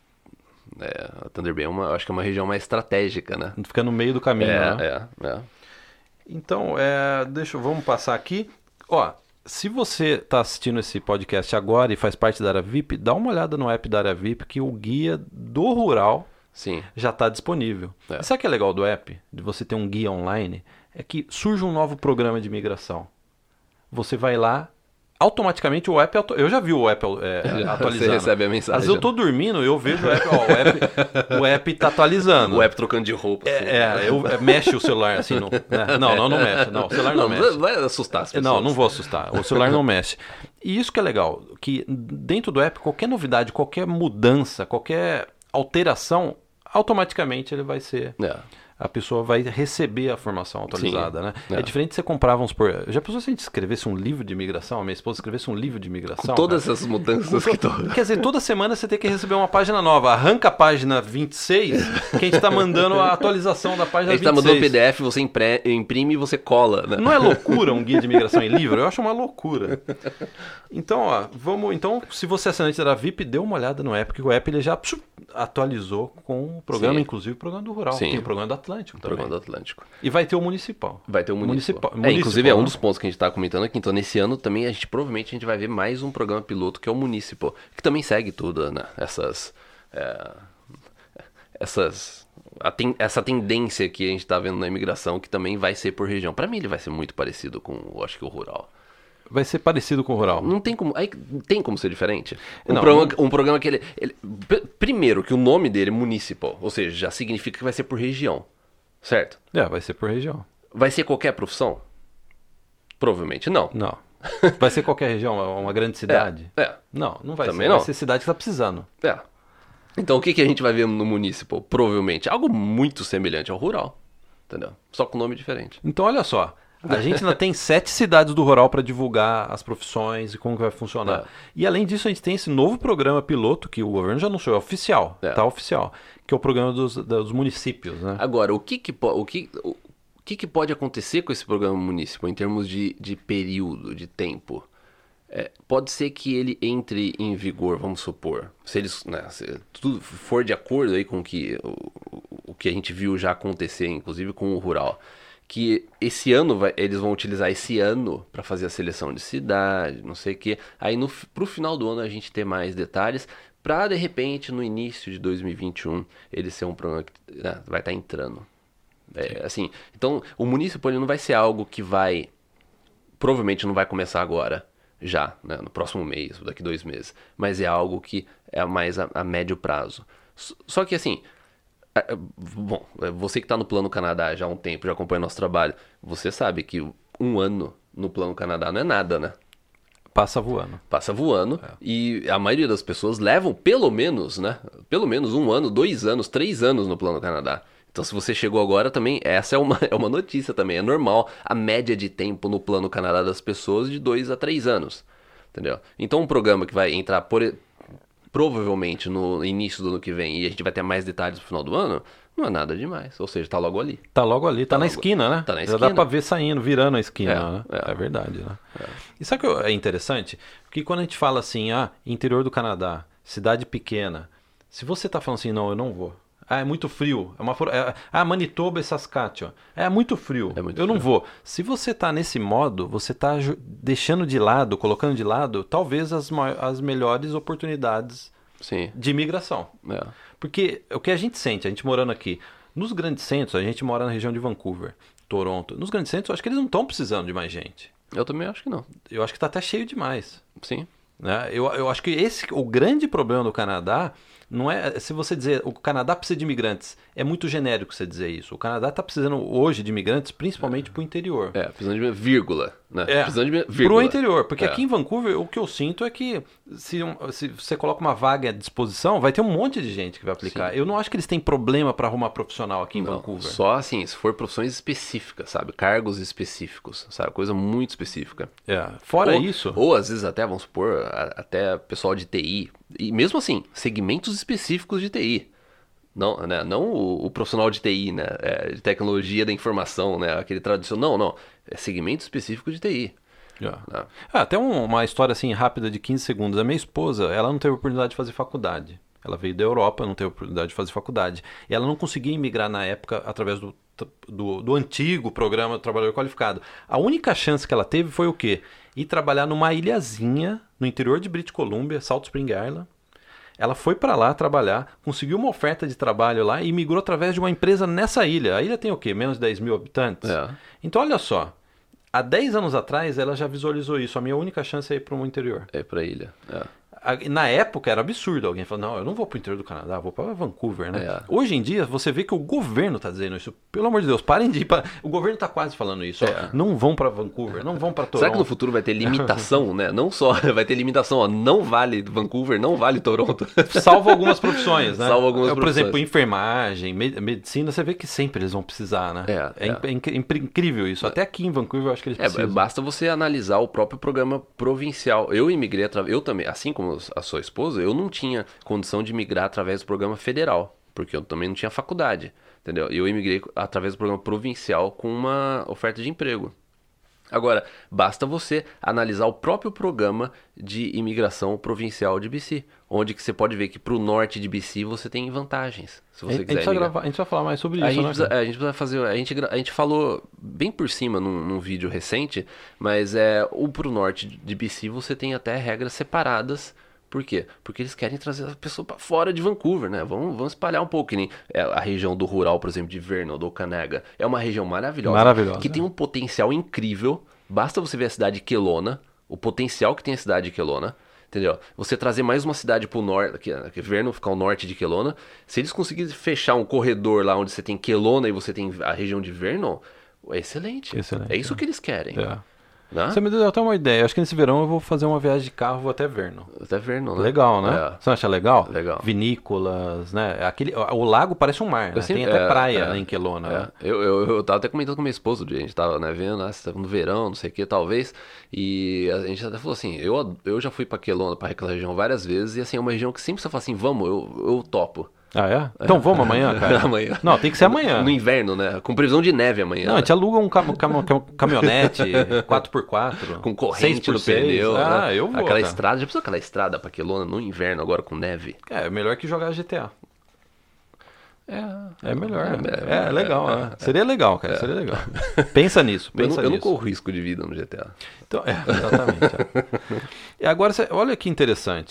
Speaker 1: É, a Thunder Bay é uma, acho que é uma região mais estratégica, né?
Speaker 2: Fica no meio do caminho,
Speaker 1: É,
Speaker 2: né?
Speaker 1: é, é.
Speaker 2: Então, é, deixa, eu- vamos passar aqui. Ó, se você está assistindo esse podcast agora e faz parte da área V I P, dá uma olhada no app da área V I P, que o guia do rural
Speaker 1: Sim.
Speaker 2: já está disponível.
Speaker 1: É.
Speaker 2: E sabe o que é legal do app? De você ter um guia online? É que surge um novo programa de migração. Você vai lá, automaticamente o app... auto- Eu já vi o app é,
Speaker 1: Já,
Speaker 2: atualizando.
Speaker 1: você recebe a mensagem,
Speaker 2: Às vezes eu tô dormindo e eu vejo o app, ó, o app, o app tá atualizando.
Speaker 1: O app trocando de roupa. assim.
Speaker 2: É, é, eu, é, mexe o celular assim. No, né? Não, não, não mexe. Não, o celular não,
Speaker 1: Não,
Speaker 2: mexe.
Speaker 1: vai assustar as pessoas.
Speaker 2: Não, não vou assustar. O celular não mexe. E isso que é legal, que dentro do app, qualquer novidade, qualquer mudança, qualquer alteração, automaticamente ele vai ser...
Speaker 1: É.
Speaker 2: A pessoa vai receber a formação atualizada,
Speaker 1: Sim,
Speaker 2: né?
Speaker 1: é.
Speaker 2: É diferente de você comprar, vamos supor... Já pensou se a gente escrevesse um livro de imigração? A minha esposa escrevesse um livro de imigração?
Speaker 1: Com todas
Speaker 2: cara?
Speaker 1: essas mudanças que estão.
Speaker 2: Quer dizer, toda semana você tem que receber uma página nova. Arranca a página vinte e seis, que a gente está mandando a atualização da página
Speaker 1: A gente
Speaker 2: vinte e seis.
Speaker 1: tá mandando P D F, você impre- imprime e você cola, né?
Speaker 2: Não é loucura um guia de imigração em livro? Eu acho uma loucura. Então, ó, vamos. Então, se você é assinante da V I P, dê uma olhada no app, que o app ele já psiu, atualizou com o programa,
Speaker 1: Sim.
Speaker 2: inclusive o programa do Rural.
Speaker 1: Sim.
Speaker 2: Tem o programa do Atlântico também.
Speaker 1: Programa do Atlântico.
Speaker 2: E vai ter o municipal.
Speaker 1: Vai ter o municipal.
Speaker 2: Municipal-
Speaker 1: É, inclusive é
Speaker 2: municipal,
Speaker 1: um
Speaker 2: né?
Speaker 1: dos pontos que a gente tá comentando aqui. Então, nesse ano também, a gente provavelmente a gente vai ver mais um programa piloto, que é o Municipal, que também segue tudo, né? Essas... é, essas... a ten- essa tendência que a gente tá vendo na imigração, que também vai ser por região. Pra mim, ele vai ser muito parecido com, eu acho que o Rural.
Speaker 2: Vai ser parecido com o Rural.
Speaker 1: Não tem como. Aí tem como ser diferente? Um,
Speaker 2: Não,
Speaker 1: programa, um programa que ele, ele- p- Primeiro, que o nome dele é Municipal, ou seja, já significa que vai ser por região. Certo?
Speaker 2: É, vai ser por região.
Speaker 1: Vai ser qualquer profissão? Provavelmente não.
Speaker 2: Não. Vai ser qualquer região, uma grande cidade?
Speaker 1: É.
Speaker 2: Não, não vai
Speaker 1: Também
Speaker 2: ser.
Speaker 1: não.
Speaker 2: Vai ser cidade que tá precisando.
Speaker 1: É. Então o que, que a gente vai ver no Municipal? Provavelmente algo muito semelhante ao Rural. Entendeu? Só com nome diferente.
Speaker 2: Então, olha só. A gente ainda tem sete cidades do rural para divulgar as profissões e como que vai funcionar.
Speaker 1: É.
Speaker 2: E além disso, a gente tem esse novo programa piloto que o governo já anunciou, é oficial,
Speaker 1: É.
Speaker 2: tá oficial, que é o programa dos, dos municípios, né?
Speaker 1: Agora, o que que, po- o que, o que que pode acontecer com esse programa municipal em termos de, de período, de tempo? É, pode ser que ele entre em vigor, vamos supor, se eles, né, se tudo for de acordo aí com que, o, o que a gente viu já acontecer, inclusive com o rural, que esse ano vai- eles vão utilizar esse ano para fazer a seleção de cidade, não sei o quê. Aí no, pro final do ano a gente ter mais detalhes pra de repente, no início de dois mil e vinte e um, ele ser um programa que né, vai estar entrando. É, assim, então, o municipal ele não vai ser algo que vai... Provavelmente não vai começar agora, já, né, no próximo mês, daqui dois meses. Mas é algo que é mais a, a médio prazo. Só que assim... Bom, você que está no Plano Canadá já há um tempo, já acompanha nosso trabalho, você sabe que um ano no Plano Canadá não é nada, né?
Speaker 2: Passa voando.
Speaker 1: Passa voando é. E a maioria das pessoas levam pelo menos, né? Pelo menos um ano, dois anos, três anos no Plano Canadá. Então se você chegou agora também, essa é uma, é uma notícia também. É normal a média de tempo no Plano Canadá das pessoas de dois a três anos. Entendeu? Então um programa que vai entrar por... provavelmente no início do ano que vem, e a gente vai ter mais detalhes no final do ano, não é nada demais. Ou seja, tá logo ali.
Speaker 2: Tá logo ali, tá, tá na logo... esquina, né?
Speaker 1: Tá na
Speaker 2: Já
Speaker 1: esquina.
Speaker 2: dá pra ver saindo, virando a esquina,
Speaker 1: é,
Speaker 2: né?
Speaker 1: É,
Speaker 2: é verdade, né?
Speaker 1: É.
Speaker 2: E sabe o que é interessante? Porque quando a gente fala assim, ah, interior do Canadá, cidade pequena, se você tá falando assim, não, eu não vou. Ah, é muito frio. É uma for... é... Ah, Manitoba e Saskatchewan. É muito frio. É muito eu frio. Não vou. Se você tá nesse modo, você tá deixando de lado, colocando de lado, talvez as, ma... as melhores oportunidades
Speaker 1: Sim.
Speaker 2: de imigração.
Speaker 1: É.
Speaker 2: Porque o que a gente sente, a gente morando aqui, nos grandes centros, a gente mora na região de Vancouver, Toronto. Nos grandes centros, eu acho que eles não estão precisando de mais gente.
Speaker 1: Eu também acho que não.
Speaker 2: Eu acho que está até cheio demais.
Speaker 1: Sim.
Speaker 2: Né? Eu, eu acho que esse, o grande problema do Canadá não é, se você dizer o Canadá precisa de imigrantes, é muito genérico você dizer isso. O Canadá está precisando hoje de imigrantes, principalmente é. para o interior.
Speaker 1: É, precisando de vírgula, né?
Speaker 2: É,
Speaker 1: precisando de vírgula.
Speaker 2: Para o interior, porque
Speaker 1: é.
Speaker 2: aqui em Vancouver o que eu sinto é que se, se você coloca uma vaga à disposição, vai ter um monte de gente que vai aplicar. Sim. Eu não acho que eles têm problema para arrumar profissional aqui em
Speaker 1: não,
Speaker 2: Vancouver.
Speaker 1: Só assim, se for profissões específicas, sabe? Cargos específicos, sabe? Coisa muito específica.
Speaker 2: É. Fora
Speaker 1: ou,
Speaker 2: isso...
Speaker 1: Ou às vezes até, vamos supor, até pessoal de T I. E mesmo assim, segmentos específicos de T I. Não, né? Não o, o profissional de T I, né? É, de tecnologia da informação, né? Aquele tradicional. Não, não. É segmento específico de T I.
Speaker 2: Yeah. Né? Ah, até um, uma história assim rápida de quinze segundos. A minha esposa, ela não teve oportunidade de fazer faculdade. Ela veio da Europa, não teve oportunidade de fazer faculdade. E ela não conseguia imigrar na época através do, do, do antigo programa do Trabalhador Qualificado. A única chance que ela teve foi o quê? Ir trabalhar numa ilhazinha no interior de British Columbia, Salt Spring Island. Ela foi para lá trabalhar, conseguiu uma oferta de trabalho lá e migrou através de uma empresa nessa ilha. A ilha tem o quê? Menos de dez mil habitantes?
Speaker 1: É.
Speaker 2: Então, olha só. Há dez anos atrás, ela já visualizou isso. A minha única chance é ir para o interior.
Speaker 1: É para a ilha. É.
Speaker 2: Na época era absurdo. Alguém falou, não, eu não vou para o interior do Canadá, vou para Vancouver, né?
Speaker 1: É.
Speaker 2: Hoje em dia, você vê que o governo está dizendo isso. Pelo amor de Deus, parem de ir para... O governo está quase falando isso. É. Ó, não vão para Vancouver, não vão para Toronto.
Speaker 1: Será que no futuro vai ter limitação, né? Não só vai ter limitação, ó, não vale Vancouver, não vale Toronto.
Speaker 2: Salvo algumas profissões, né?
Speaker 1: Salvo algumas
Speaker 2: Por
Speaker 1: profissões.
Speaker 2: exemplo, enfermagem, medicina, você vê que sempre eles vão precisar, né?
Speaker 1: É,
Speaker 2: é,
Speaker 1: é.
Speaker 2: é incrível isso. Até aqui em Vancouver eu acho que eles precisam.
Speaker 1: É, basta você analisar o próprio programa provincial. Eu imigrei através... Eu também, assim como a sua esposa, eu não tinha condição de migrar através do programa federal, porque eu também não tinha faculdade, entendeu? Eu imigrei através do programa provincial com uma oferta de emprego. Agora, basta você analisar o próprio programa de imigração provincial de B C, onde que você pode ver que para o norte de B C você tem vantagens, se você
Speaker 2: a,
Speaker 1: quiser.
Speaker 2: A gente, gravar, a gente vai falar mais sobre
Speaker 1: a
Speaker 2: isso,
Speaker 1: gente
Speaker 2: né?
Speaker 1: Precisa, a gente precisa fazer, a gente, a gente falou bem por cima num, num vídeo recente, mas é o para o norte de B C você tem até regras separadas. Por quê? Porque eles querem trazer a pessoa para fora de Vancouver, né? Vamos, vamos espalhar um pouco. Que nem a região do rural, por exemplo, de Vernon, do Okanagan. É uma região maravilhosa.
Speaker 2: Maravilhosa.
Speaker 1: Que tem um potencial incrível. Basta você ver a cidade de Kelowna, o potencial que tem a cidade de Kelowna, entendeu? Você trazer mais uma cidade para o norte, que, que Vernon fica ao norte de Kelowna. Se eles conseguirem fechar um corredor lá onde você tem Kelowna e você tem a região de Vernon, é excelente.
Speaker 2: excelente
Speaker 1: é isso
Speaker 2: é.
Speaker 1: que eles querem.
Speaker 2: É.
Speaker 1: Né?
Speaker 2: Você me deu até uma ideia. Acho que nesse verão eu vou fazer uma viagem de carro, vou até Vernon.
Speaker 1: Até Vernon, né?
Speaker 2: Legal, né?
Speaker 1: É.
Speaker 2: Você acha legal?
Speaker 1: Legal.
Speaker 2: Vinícolas, né? Aquele, o lago parece um mar, né?
Speaker 1: Sempre,
Speaker 2: Tem até
Speaker 1: é,
Speaker 2: praia
Speaker 1: é,
Speaker 2: né, em Kelowna.
Speaker 1: É.
Speaker 2: Né?
Speaker 1: Eu, eu, eu tava até comentando com minha esposa, a gente tava né, vendo, né, no verão, não sei o que, talvez, e a gente até falou assim, eu, eu já fui pra Kelowna, pra aquela região várias vezes, e assim, é uma região que sempre você fala assim, vamos, eu, eu topo.
Speaker 2: Ah, é? Então vamos amanhã, cara?
Speaker 1: Amanhã.
Speaker 2: Não, tem que ser amanhã.
Speaker 1: No inverno, né? Com previsão de neve amanhã.
Speaker 2: Não, a gente aluga um cam cam cam caminhonete quatro por quatro.
Speaker 1: Com corrente no pneu.
Speaker 2: Ah,
Speaker 1: né?
Speaker 2: eu vou,
Speaker 1: Aquela
Speaker 2: cara.
Speaker 1: estrada, já pensou aquela estrada pra Kelowna no inverno, agora com neve?
Speaker 2: É, melhor que jogar G T A.
Speaker 1: É,
Speaker 2: é melhor.
Speaker 1: É,
Speaker 2: é, é legal,
Speaker 1: é,
Speaker 2: né? Seria legal, cara, é. seria legal. Pensa nisso, pensa
Speaker 1: eu, não, eu não
Speaker 2: nisso.
Speaker 1: corro risco de vida no G T A.
Speaker 2: Então, é, exatamente. É. E agora, olha que interessante.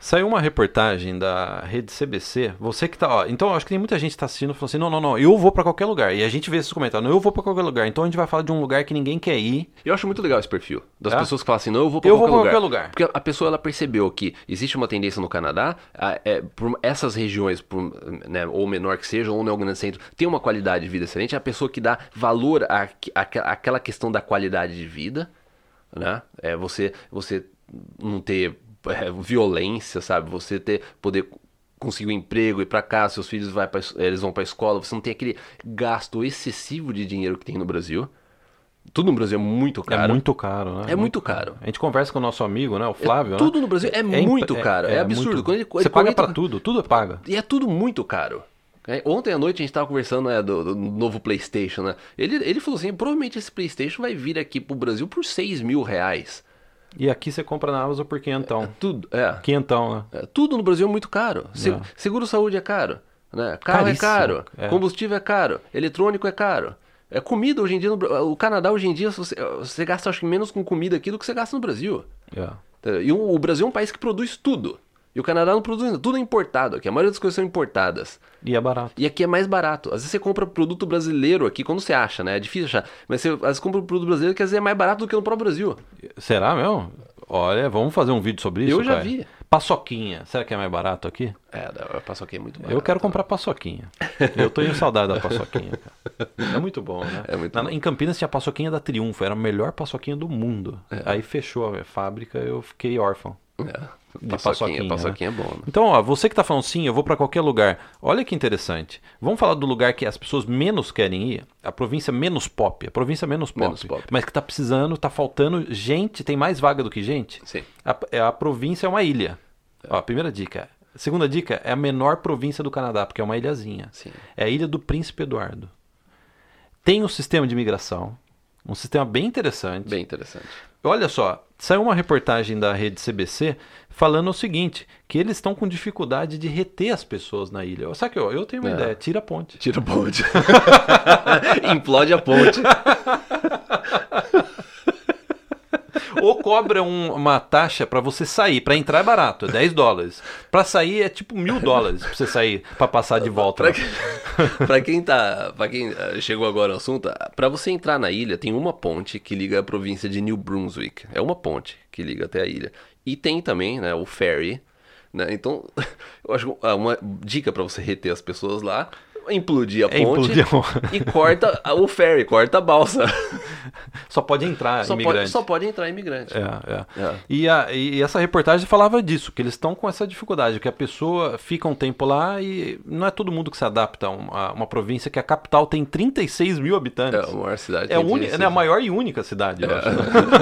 Speaker 2: Saiu uma reportagem da rede C B C, você que tá, ó, então acho que tem muita gente que tá assistindo e falou assim, não, não, não, eu vou pra qualquer lugar, e a gente vê esses comentários, não, eu vou pra qualquer lugar, então a gente vai falar de um lugar que ninguém quer ir.
Speaker 1: Eu acho muito legal esse perfil, das
Speaker 2: É?
Speaker 1: pessoas que falam assim, não, eu vou pra,
Speaker 2: Eu
Speaker 1: qualquer,
Speaker 2: vou pra
Speaker 1: lugar.
Speaker 2: qualquer lugar.
Speaker 1: Porque a pessoa, ela percebeu que existe uma tendência no Canadá, a, é, por essas regiões, por, né, ou menor que seja, ou no grande centro, tem uma qualidade de vida excelente, é a pessoa que dá valor à, à, àquela questão da qualidade de vida, né, é você, você não ter é, violência, sabe, você ter, poder conseguir um emprego, ir pra casa, seus filhos vai pra, eles vão pra escola, você não tem aquele gasto excessivo de dinheiro que tem no Brasil. Tudo no Brasil é muito caro.
Speaker 2: É muito caro, né?
Speaker 1: É muito caro.
Speaker 2: A gente conversa com o nosso amigo, né, o Flávio,
Speaker 1: é, tudo
Speaker 2: né?
Speaker 1: no Brasil é,
Speaker 2: é
Speaker 1: muito
Speaker 2: é,
Speaker 1: caro, é, é absurdo.
Speaker 2: muito...
Speaker 1: Quando ele,
Speaker 2: Você
Speaker 1: ele
Speaker 2: paga
Speaker 1: comenta...
Speaker 2: pra tudo, tudo paga.
Speaker 1: E é tudo muito caro. É, ontem à noite a gente tava conversando né, do, do novo PlayStation, né? Ele, ele falou assim, provavelmente esse PlayStation vai vir aqui pro Brasil por seis mil reais.
Speaker 2: E aqui você compra na Amazon por quinhentão.
Speaker 1: É, tudo, é.
Speaker 2: Quinhentão, né?
Speaker 1: É, tudo no Brasil é muito caro. Se,
Speaker 2: É.
Speaker 1: Seguro-saúde é caro, né? Carro
Speaker 2: Caríssimo,
Speaker 1: é caro,
Speaker 2: é.
Speaker 1: combustível é caro, eletrônico é caro. É, comida hoje em dia, no, o Canadá hoje em dia, você, você gasta acho que menos com comida aqui do que você gasta no Brasil.
Speaker 2: É.
Speaker 1: E o, o Brasil é um país que produz tudo. E o Canadá não produz nada, tudo é importado aqui. A maioria das coisas são importadas.
Speaker 2: E é barato.
Speaker 1: E aqui é mais barato. Às vezes você compra produto brasileiro aqui, quando você acha, né? É difícil achar. Mas você às vezes compra um produto brasileiro que às vezes é mais barato do que no próprio Brasil.
Speaker 2: Será mesmo? Olha, vamos fazer um vídeo sobre isso,
Speaker 1: Eu já
Speaker 2: cara?
Speaker 1: vi.
Speaker 2: Paçoquinha, será que é mais barato aqui?
Speaker 1: É, a paçoquinha é muito barato.
Speaker 2: Eu quero comprar paçoquinha. Eu tô em saudade da paçoquinha, cara. É muito bom, né?
Speaker 1: É muito
Speaker 2: Na,
Speaker 1: bom.
Speaker 2: Em Campinas tinha a paçoquinha da Triunfo, era a melhor paçoquinha do mundo.
Speaker 1: É.
Speaker 2: Aí fechou a fábrica, eu fiquei órfão.
Speaker 1: É.
Speaker 2: De
Speaker 1: Paçoquinha,
Speaker 2: paçoquinha,
Speaker 1: paçoquinha é bom, né?
Speaker 2: Então, ó, você que tá falando sim, eu vou pra qualquer lugar. Olha que interessante. Vamos falar do lugar que as pessoas menos querem ir? A província menos pop. A província menos pop.
Speaker 1: Menos pop.
Speaker 2: Mas que tá precisando, tá faltando gente, tem mais vaga do que gente.
Speaker 1: Sim.
Speaker 2: A, é, a província é uma ilha. Ó, a primeira dica. A segunda dica é a menor província do Canadá, porque é uma ilhazinha.
Speaker 1: Sim.
Speaker 2: É a ilha do Príncipe Eduardo. Tem um sistema de imigração. Um sistema bem interessante.
Speaker 1: Bem interessante.
Speaker 2: Olha só, saiu uma reportagem da rede C B C falando o seguinte, que eles estão com dificuldade de reter as pessoas na ilha. Sabe que ó, eu tenho uma
Speaker 1: É.
Speaker 2: ideia, tira a ponte.
Speaker 1: Tira a ponte. Implode a ponte.
Speaker 2: Ou cobra um- uma taxa pra você sair. Pra entrar é barato, é dez dólares. Pra sair é tipo mil dólares pra você sair, pra passar de volta.
Speaker 1: Pra, que- pra quem tá. Pra quem eh, chegou agora no assunto, pra você entrar na ilha, tem uma ponte que liga a província de New Brunswick. É uma ponte que liga até a ilha. E tem também, né, o ferry. Né? Então, eu acho que uma dica pra você reter as pessoas lá. Implodir a
Speaker 2: É
Speaker 1: ponte
Speaker 2: implodir a ponte.
Speaker 1: e corta a- o ferry, corta a balsa.
Speaker 2: Só pode entrar
Speaker 1: Só
Speaker 2: imigrante.
Speaker 1: pode, só pode entrar imigrante.
Speaker 2: É, é.
Speaker 1: É.
Speaker 2: E, a- e essa reportagem falava disso, que eles estão com essa dificuldade, que a pessoa fica um tempo lá e não é todo mundo que se adapta a uma, a uma província que a capital tem trinta e seis mil habitantes.
Speaker 1: É a maior cidade.
Speaker 2: É, a
Speaker 1: tem
Speaker 2: uni-
Speaker 1: dezesseis.
Speaker 2: né, a maior e única cidade, eu acho. né?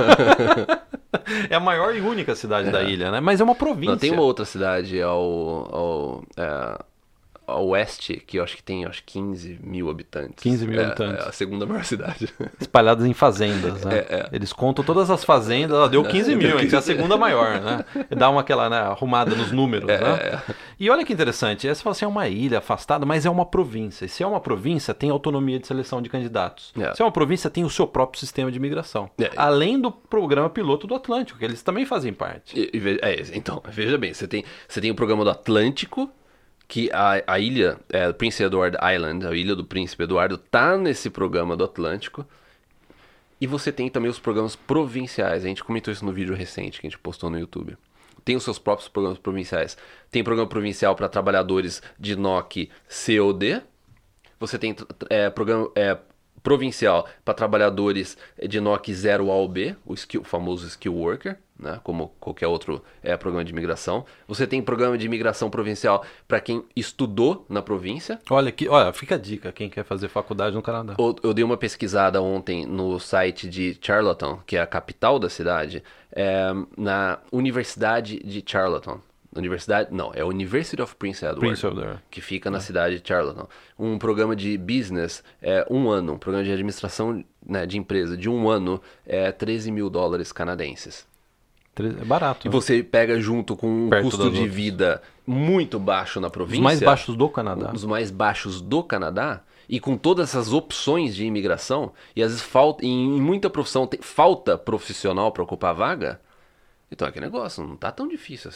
Speaker 2: É a maior e única cidade da ilha, né? Mas é uma província.
Speaker 1: Não, tem uma outra cidade ao, ao, é, ao oeste que eu acho que tem acho, quinze mil habitantes.
Speaker 2: quinze mil
Speaker 1: É,
Speaker 2: habitantes.
Speaker 1: É a segunda maior cidade.
Speaker 2: Espalhadas em fazendas, né?
Speaker 1: É, é.
Speaker 2: Eles contam todas as fazendas, ela deu quinze mil, hein? Que é a segunda maior, né? Dá uma aquela né, arrumada nos números,
Speaker 1: É,
Speaker 2: né?
Speaker 1: é.
Speaker 2: E olha que interessante, essa fala assim, é uma ilha afastada, mas é uma província. E se é uma província, tem autonomia de seleção de candidatos.
Speaker 1: É.
Speaker 2: Se é uma província, tem o seu próprio sistema de imigração.
Speaker 1: É.
Speaker 2: Além do programa piloto do Atlântico, que eles também fazem parte.
Speaker 1: E- e ve- é, então, veja bem, você tem, você tem o programa do Atlântico, que a, a ilha, é, Prince Edward Island, a ilha do Príncipe Eduardo, tá nesse programa do Atlântico. E você tem também os programas provinciais. A gente comentou isso no vídeo recente que a gente postou no YouTube. Tem os seus próprios programas provinciais. Tem programa provincial para trabalhadores de N O C C O D. Você tem é, programa é, provincial para trabalhadores de N O C zero A ou B, o, skill, o famoso Skill Worker, né, como qualquer outro é, programa de imigração. Você tem programa de imigração provincial para quem estudou na província.
Speaker 2: Olha, que, olha, fica a dica, quem quer fazer faculdade no Canadá.
Speaker 1: Eu, eu dei uma pesquisada ontem no site de Charlottetown, que é a capital da cidade, é, na Universidade de Charlottetown. Universidade, não, é a University of Prince Edward,
Speaker 2: Prince Edward.
Speaker 1: que fica na cidade de Charlottetown. Um programa de business é um ano, um programa de administração né, de empresa de um ano é treze mil dólares canadenses.
Speaker 2: É barato.
Speaker 1: E
Speaker 2: né?
Speaker 1: você pega junto com um
Speaker 2: Perto
Speaker 1: custo
Speaker 2: das
Speaker 1: de
Speaker 2: outras.
Speaker 1: vida muito baixo na
Speaker 2: Os
Speaker 1: província.
Speaker 2: mais baixos do Canadá.
Speaker 1: Um dos mais baixos do Canadá, e com todas essas opções de imigração, e às vezes falta, em muita profissão, tem, falta profissional para ocupar a vaga, então é que negócio, não tá tão difícil assim.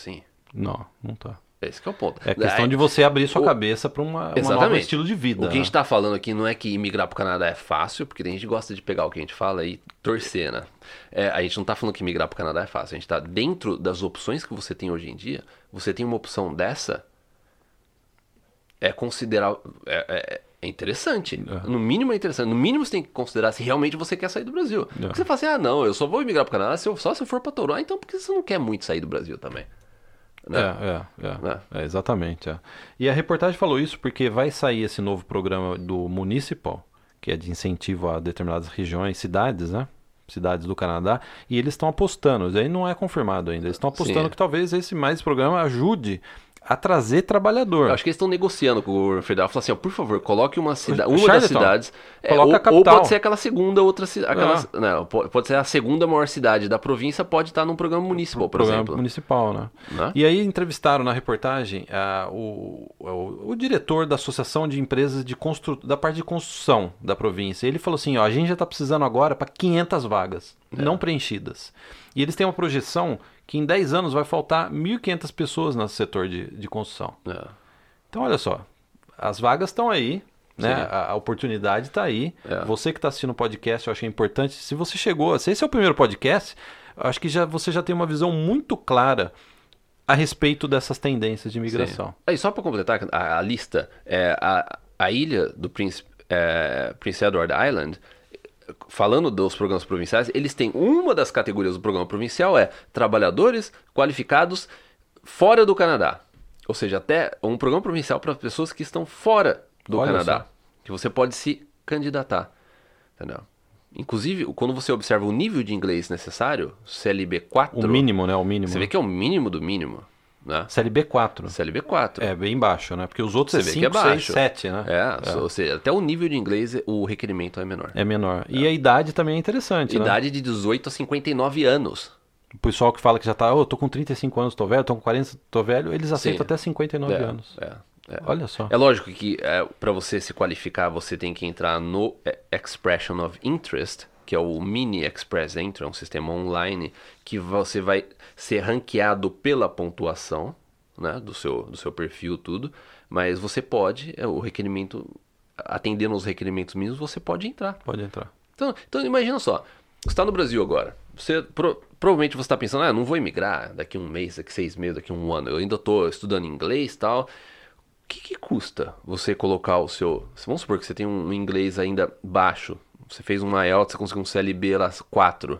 Speaker 2: Não, não tá.
Speaker 1: Esse que é o ponto.
Speaker 2: É questão
Speaker 1: é,
Speaker 2: de você abrir sua
Speaker 1: o,
Speaker 2: cabeça para uma, uma nova estilo de vida.
Speaker 1: O que
Speaker 2: né?
Speaker 1: a gente tá falando aqui não é que imigrar pro Canadá é fácil, porque a gente gosta de pegar o que a gente fala e torcer, né? É, a gente não tá falando que imigrar pro Canadá é fácil. A gente tá dentro das opções que você tem hoje em dia. Você tem uma opção dessa, é considerar... É, é, é interessante. É. No mínimo é interessante. No mínimo você tem que considerar se realmente você quer sair do Brasil. É. Porque você fala assim, ah, não, eu só vou imigrar pro Canadá se eu, só se eu for pra Toronto. Ah, então por que você não quer muito sair do Brasil também?
Speaker 2: Né? É, é, é, né? é, exatamente. É. E a reportagem falou isso porque vai sair esse novo programa do Municipal, que é de incentivo a determinadas regiões, cidades, né? Cidades do Canadá, e eles estão apostando, isso aí não é confirmado ainda, eles estão apostando Sim. que talvez esse mais programa ajude a trazer trabalhor.
Speaker 1: Eu acho que eles estão negociando com o governo federal. Falam assim, ó, por favor, coloque uma, cida uma das cidades. É, ou, ou pode ser aquela segunda, outra cidade. É. Não, pode ser a segunda maior cidade da província, pode estar num programa municipal, por
Speaker 2: programa
Speaker 1: exemplo.
Speaker 2: municipal, né? né? E aí entrevistaram na reportagem uh, o, o, o diretor da Associação de Empresas de Constru... da parte de construção da província. Ele falou assim, ó, a gente já está precisando agora para quinhentas vagas, é. não preenchidas. E eles têm uma projeção que em dez anos vai faltar mil e quinhentas pessoas no setor de, de construção. É. Então, olha só, as vagas estão aí, né? a, a oportunidade está aí. É. Você que está assistindo o podcast, eu achei importante. Se você chegou, se esse é o primeiro podcast, eu acho que já, você já tem uma visão muito clara a respeito dessas tendências de imigração.
Speaker 1: Aí, só para completar a, a lista, é, a, a ilha do Príncipe, é, Prince Edward Island... Falando dos programas provinciais, eles têm uma das categorias do programa provincial é trabalhadores qualificados fora do Canadá. Ou seja, até um programa provincial para pessoas que estão fora do Olha Canadá. Só. Que você pode se candidatar. Entendeu? Inclusive, quando você observa o nível de inglês necessário, C L B quatro...
Speaker 2: O mínimo, né? O mínimo.
Speaker 1: Você vê que é o mínimo do mínimo. Né?
Speaker 2: C L B quatro.
Speaker 1: C L B quatro.
Speaker 2: É, bem baixo, né? Porque os outros
Speaker 1: Você
Speaker 2: é cinco, seis, sete, né?
Speaker 1: É, é, ou seja, até o nível de inglês, o requerimento é menor.
Speaker 2: É menor. É. E a idade também é interessante,
Speaker 1: idade
Speaker 2: né?
Speaker 1: de dezoito a cinquenta e nove anos.
Speaker 2: O pessoal que fala que já tá, oh, eu tô com trinta e cinco anos, tô velho, tô com quarenta, tô velho, eles aceitam Sim. até cinquenta e nove
Speaker 1: é,
Speaker 2: anos.
Speaker 1: É, é.
Speaker 2: Olha só.
Speaker 1: É lógico que é, para você se qualificar, você tem que entrar no Expression of Interest, que é o Mini Express Entry, é um sistema online que você vai ser ranqueado pela pontuação, né, do seu, do seu perfil, tudo, mas você pode, é, o requerimento, atendendo aos requerimentos mínimos, você pode entrar.
Speaker 2: Pode entrar.
Speaker 1: Então, então imagina só, você está no Brasil agora, você, pro, provavelmente você está pensando, ah, não vou emigrar daqui um mês, daqui seis meses, daqui um ano, eu ainda estou estudando inglês e tal. O que, que custa você colocar o seu, vamos supor que você tem um inglês ainda baixo, você fez um I E L T S, você conseguiu um C L B lá quatro.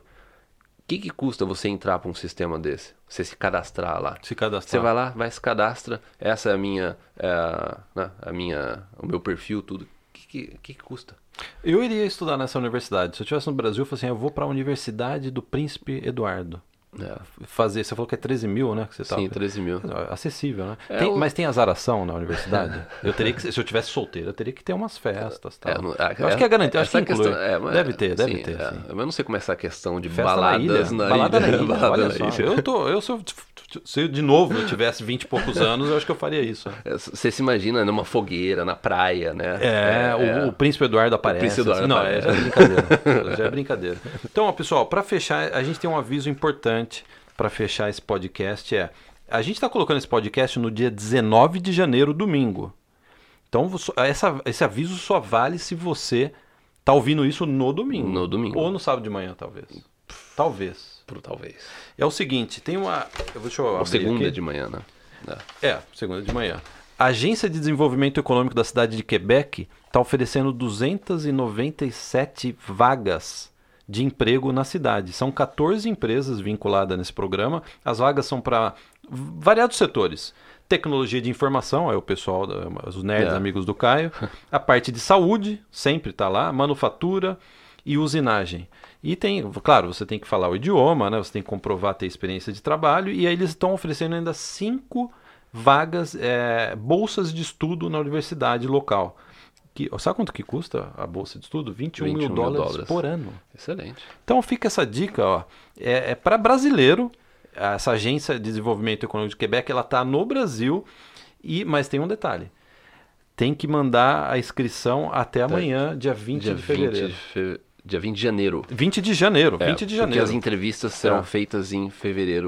Speaker 1: O que, que custa você entrar para um sistema desse? Você se cadastrar lá.
Speaker 2: Se cadastrar.
Speaker 1: Você vai lá, vai se cadastra. Essa é a minha, é, né, a minha, o meu perfil, tudo. O que, que, que, que custa?
Speaker 2: Eu iria estudar nessa universidade. Se eu estivesse no Brasil, eu falaria assim, eu vou para a Universidade do Príncipe Eduardo. É. Fazer, você falou que é treze mil, né? Que você
Speaker 1: Sim,
Speaker 2: tá...
Speaker 1: treze mil.
Speaker 2: Acessível, né?
Speaker 1: É,
Speaker 2: tem,
Speaker 1: o...
Speaker 2: Mas tem azaração na universidade? Eu teria que, se eu tivesse solteiro, eu teria que ter umas festas. Tal. É, não, a, eu acho que é garantido, acho que inclui. Questão, é, mas, deve ter, deve
Speaker 1: sim,
Speaker 2: ter.
Speaker 1: É.
Speaker 2: Sim.
Speaker 1: Eu não sei como é essa questão de
Speaker 2: Festa
Speaker 1: baladas
Speaker 2: na ilha.
Speaker 1: Na
Speaker 2: Balada
Speaker 1: ilha.
Speaker 2: na ilha.
Speaker 1: Balada
Speaker 2: Olha
Speaker 1: na
Speaker 2: só,
Speaker 1: ilha.
Speaker 2: eu, tô, eu sou... Se de novo eu tivesse vinte e poucos anos, eu acho que eu faria isso.
Speaker 1: Você se imagina numa fogueira, na praia, né?
Speaker 2: É, é, o, é. o Príncipe Eduardo aparece.
Speaker 1: O Príncipe Eduardo
Speaker 2: assim, não,
Speaker 1: aparece.
Speaker 2: já é brincadeira. já é brincadeira. Então, ó, pessoal, para fechar, a gente tem um aviso importante para fechar esse podcast. É, a gente está colocando esse podcast no dia dezenove de janeiro, domingo. Então, essa, esse aviso só vale se você tá ouvindo isso no domingo.
Speaker 1: No domingo.
Speaker 2: Ou no sábado de manhã, talvez. Talvez.
Speaker 1: Por talvez.
Speaker 2: É o seguinte, tem uma... Eu vou, deixa eu
Speaker 1: Ou segunda
Speaker 2: aqui.
Speaker 1: de manhã, né?
Speaker 2: É. é, segunda de manhã. A Agência de Desenvolvimento Econômico da cidade de Quebec está oferecendo duzentas e noventa e sete vagas de emprego na cidade. São quatorze empresas vinculadas nesse programa. As vagas são para variados setores. Tecnologia de informação, é o pessoal, os nerds é. amigos do Caio. A parte de saúde, sempre está lá. Manufatura e usinagem. E tem, claro, você tem que falar o idioma, né? Você tem que comprovar ter experiência de trabalho. E aí eles estão oferecendo ainda cinco vagas, é, bolsas de estudo na universidade local. Que, sabe quanto que custa a bolsa de estudo? vinte e um mil dólares por ano.
Speaker 1: Excelente.
Speaker 2: Então fica essa dica, ó. É, é para brasileiro. Essa agência de desenvolvimento econômico de Quebec, ela está no Brasil, e, mas tem um detalhe. Tem que mandar a inscrição até amanhã, dia vinte dia de fevereiro.
Speaker 1: vinte de fe... Dia vinte de janeiro.
Speaker 2: vinte de janeiro,
Speaker 1: é,
Speaker 2: vinte de janeiro.
Speaker 1: Porque as entrevistas serão é. feitas em fevereiro.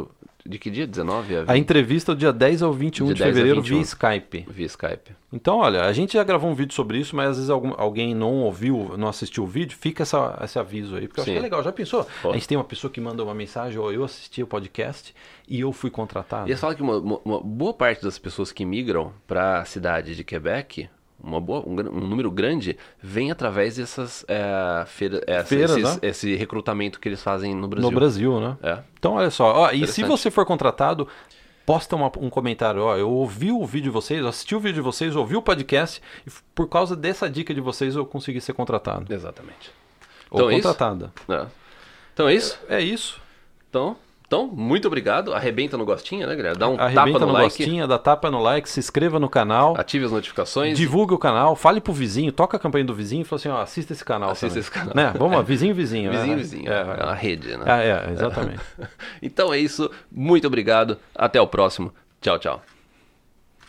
Speaker 1: de que dia? dezenove? A,
Speaker 2: a entrevista do dia dez ao vinte e um de, de fevereiro via Skype.
Speaker 1: Via Skype.
Speaker 2: Então, olha, a gente já gravou um vídeo sobre isso, mas às vezes algum, alguém não ouviu, não assistiu o vídeo, fica essa, esse aviso aí, porque eu acho que é legal. Já pensou? Pô. A gente tem uma pessoa que manda uma mensagem, ó, eu assisti o podcast e eu fui contratado.
Speaker 1: E eles falam que uma, uma, uma boa parte das pessoas que migram para a cidade de Quebec... Uma boa, um, um número grande vem através dessas é, feiras, essa,
Speaker 2: Feira,
Speaker 1: esses,
Speaker 2: né?
Speaker 1: esse recrutamento que eles fazem no Brasil.
Speaker 2: No Brasil, né?
Speaker 1: É.
Speaker 2: Então, olha só. Ó, e se você for contratado, posta uma, um comentário. Ó, eu ouvi o vídeo de vocês, assisti o vídeo de vocês, ouvi o podcast e por causa dessa dica de vocês eu consegui ser contratado.
Speaker 1: Exatamente.
Speaker 2: Ou
Speaker 1: então,
Speaker 2: contratada.
Speaker 1: É isso? É. Então é isso?
Speaker 2: É, é isso.
Speaker 1: Então... Então, muito obrigado. Arrebenta no gostinho, né, galera? Dá um
Speaker 2: Arrebenta
Speaker 1: tapa no,
Speaker 2: no
Speaker 1: like.
Speaker 2: gostinho, dá tapa no like, se inscreva no canal.
Speaker 1: Ative as notificações.
Speaker 2: Divulgue o canal, fale pro vizinho, toca a campanha do vizinho e fala assim, ó, assista esse canal
Speaker 1: Assista
Speaker 2: também.
Speaker 1: esse canal.
Speaker 2: Né? Vamos lá, vizinho, vizinho.
Speaker 1: Vizinho,
Speaker 2: né?
Speaker 1: vizinho.
Speaker 2: É,
Speaker 1: é uma rede, né?
Speaker 2: É, é exatamente.
Speaker 1: Então é isso. Muito obrigado. Até o próximo. Tchau, tchau.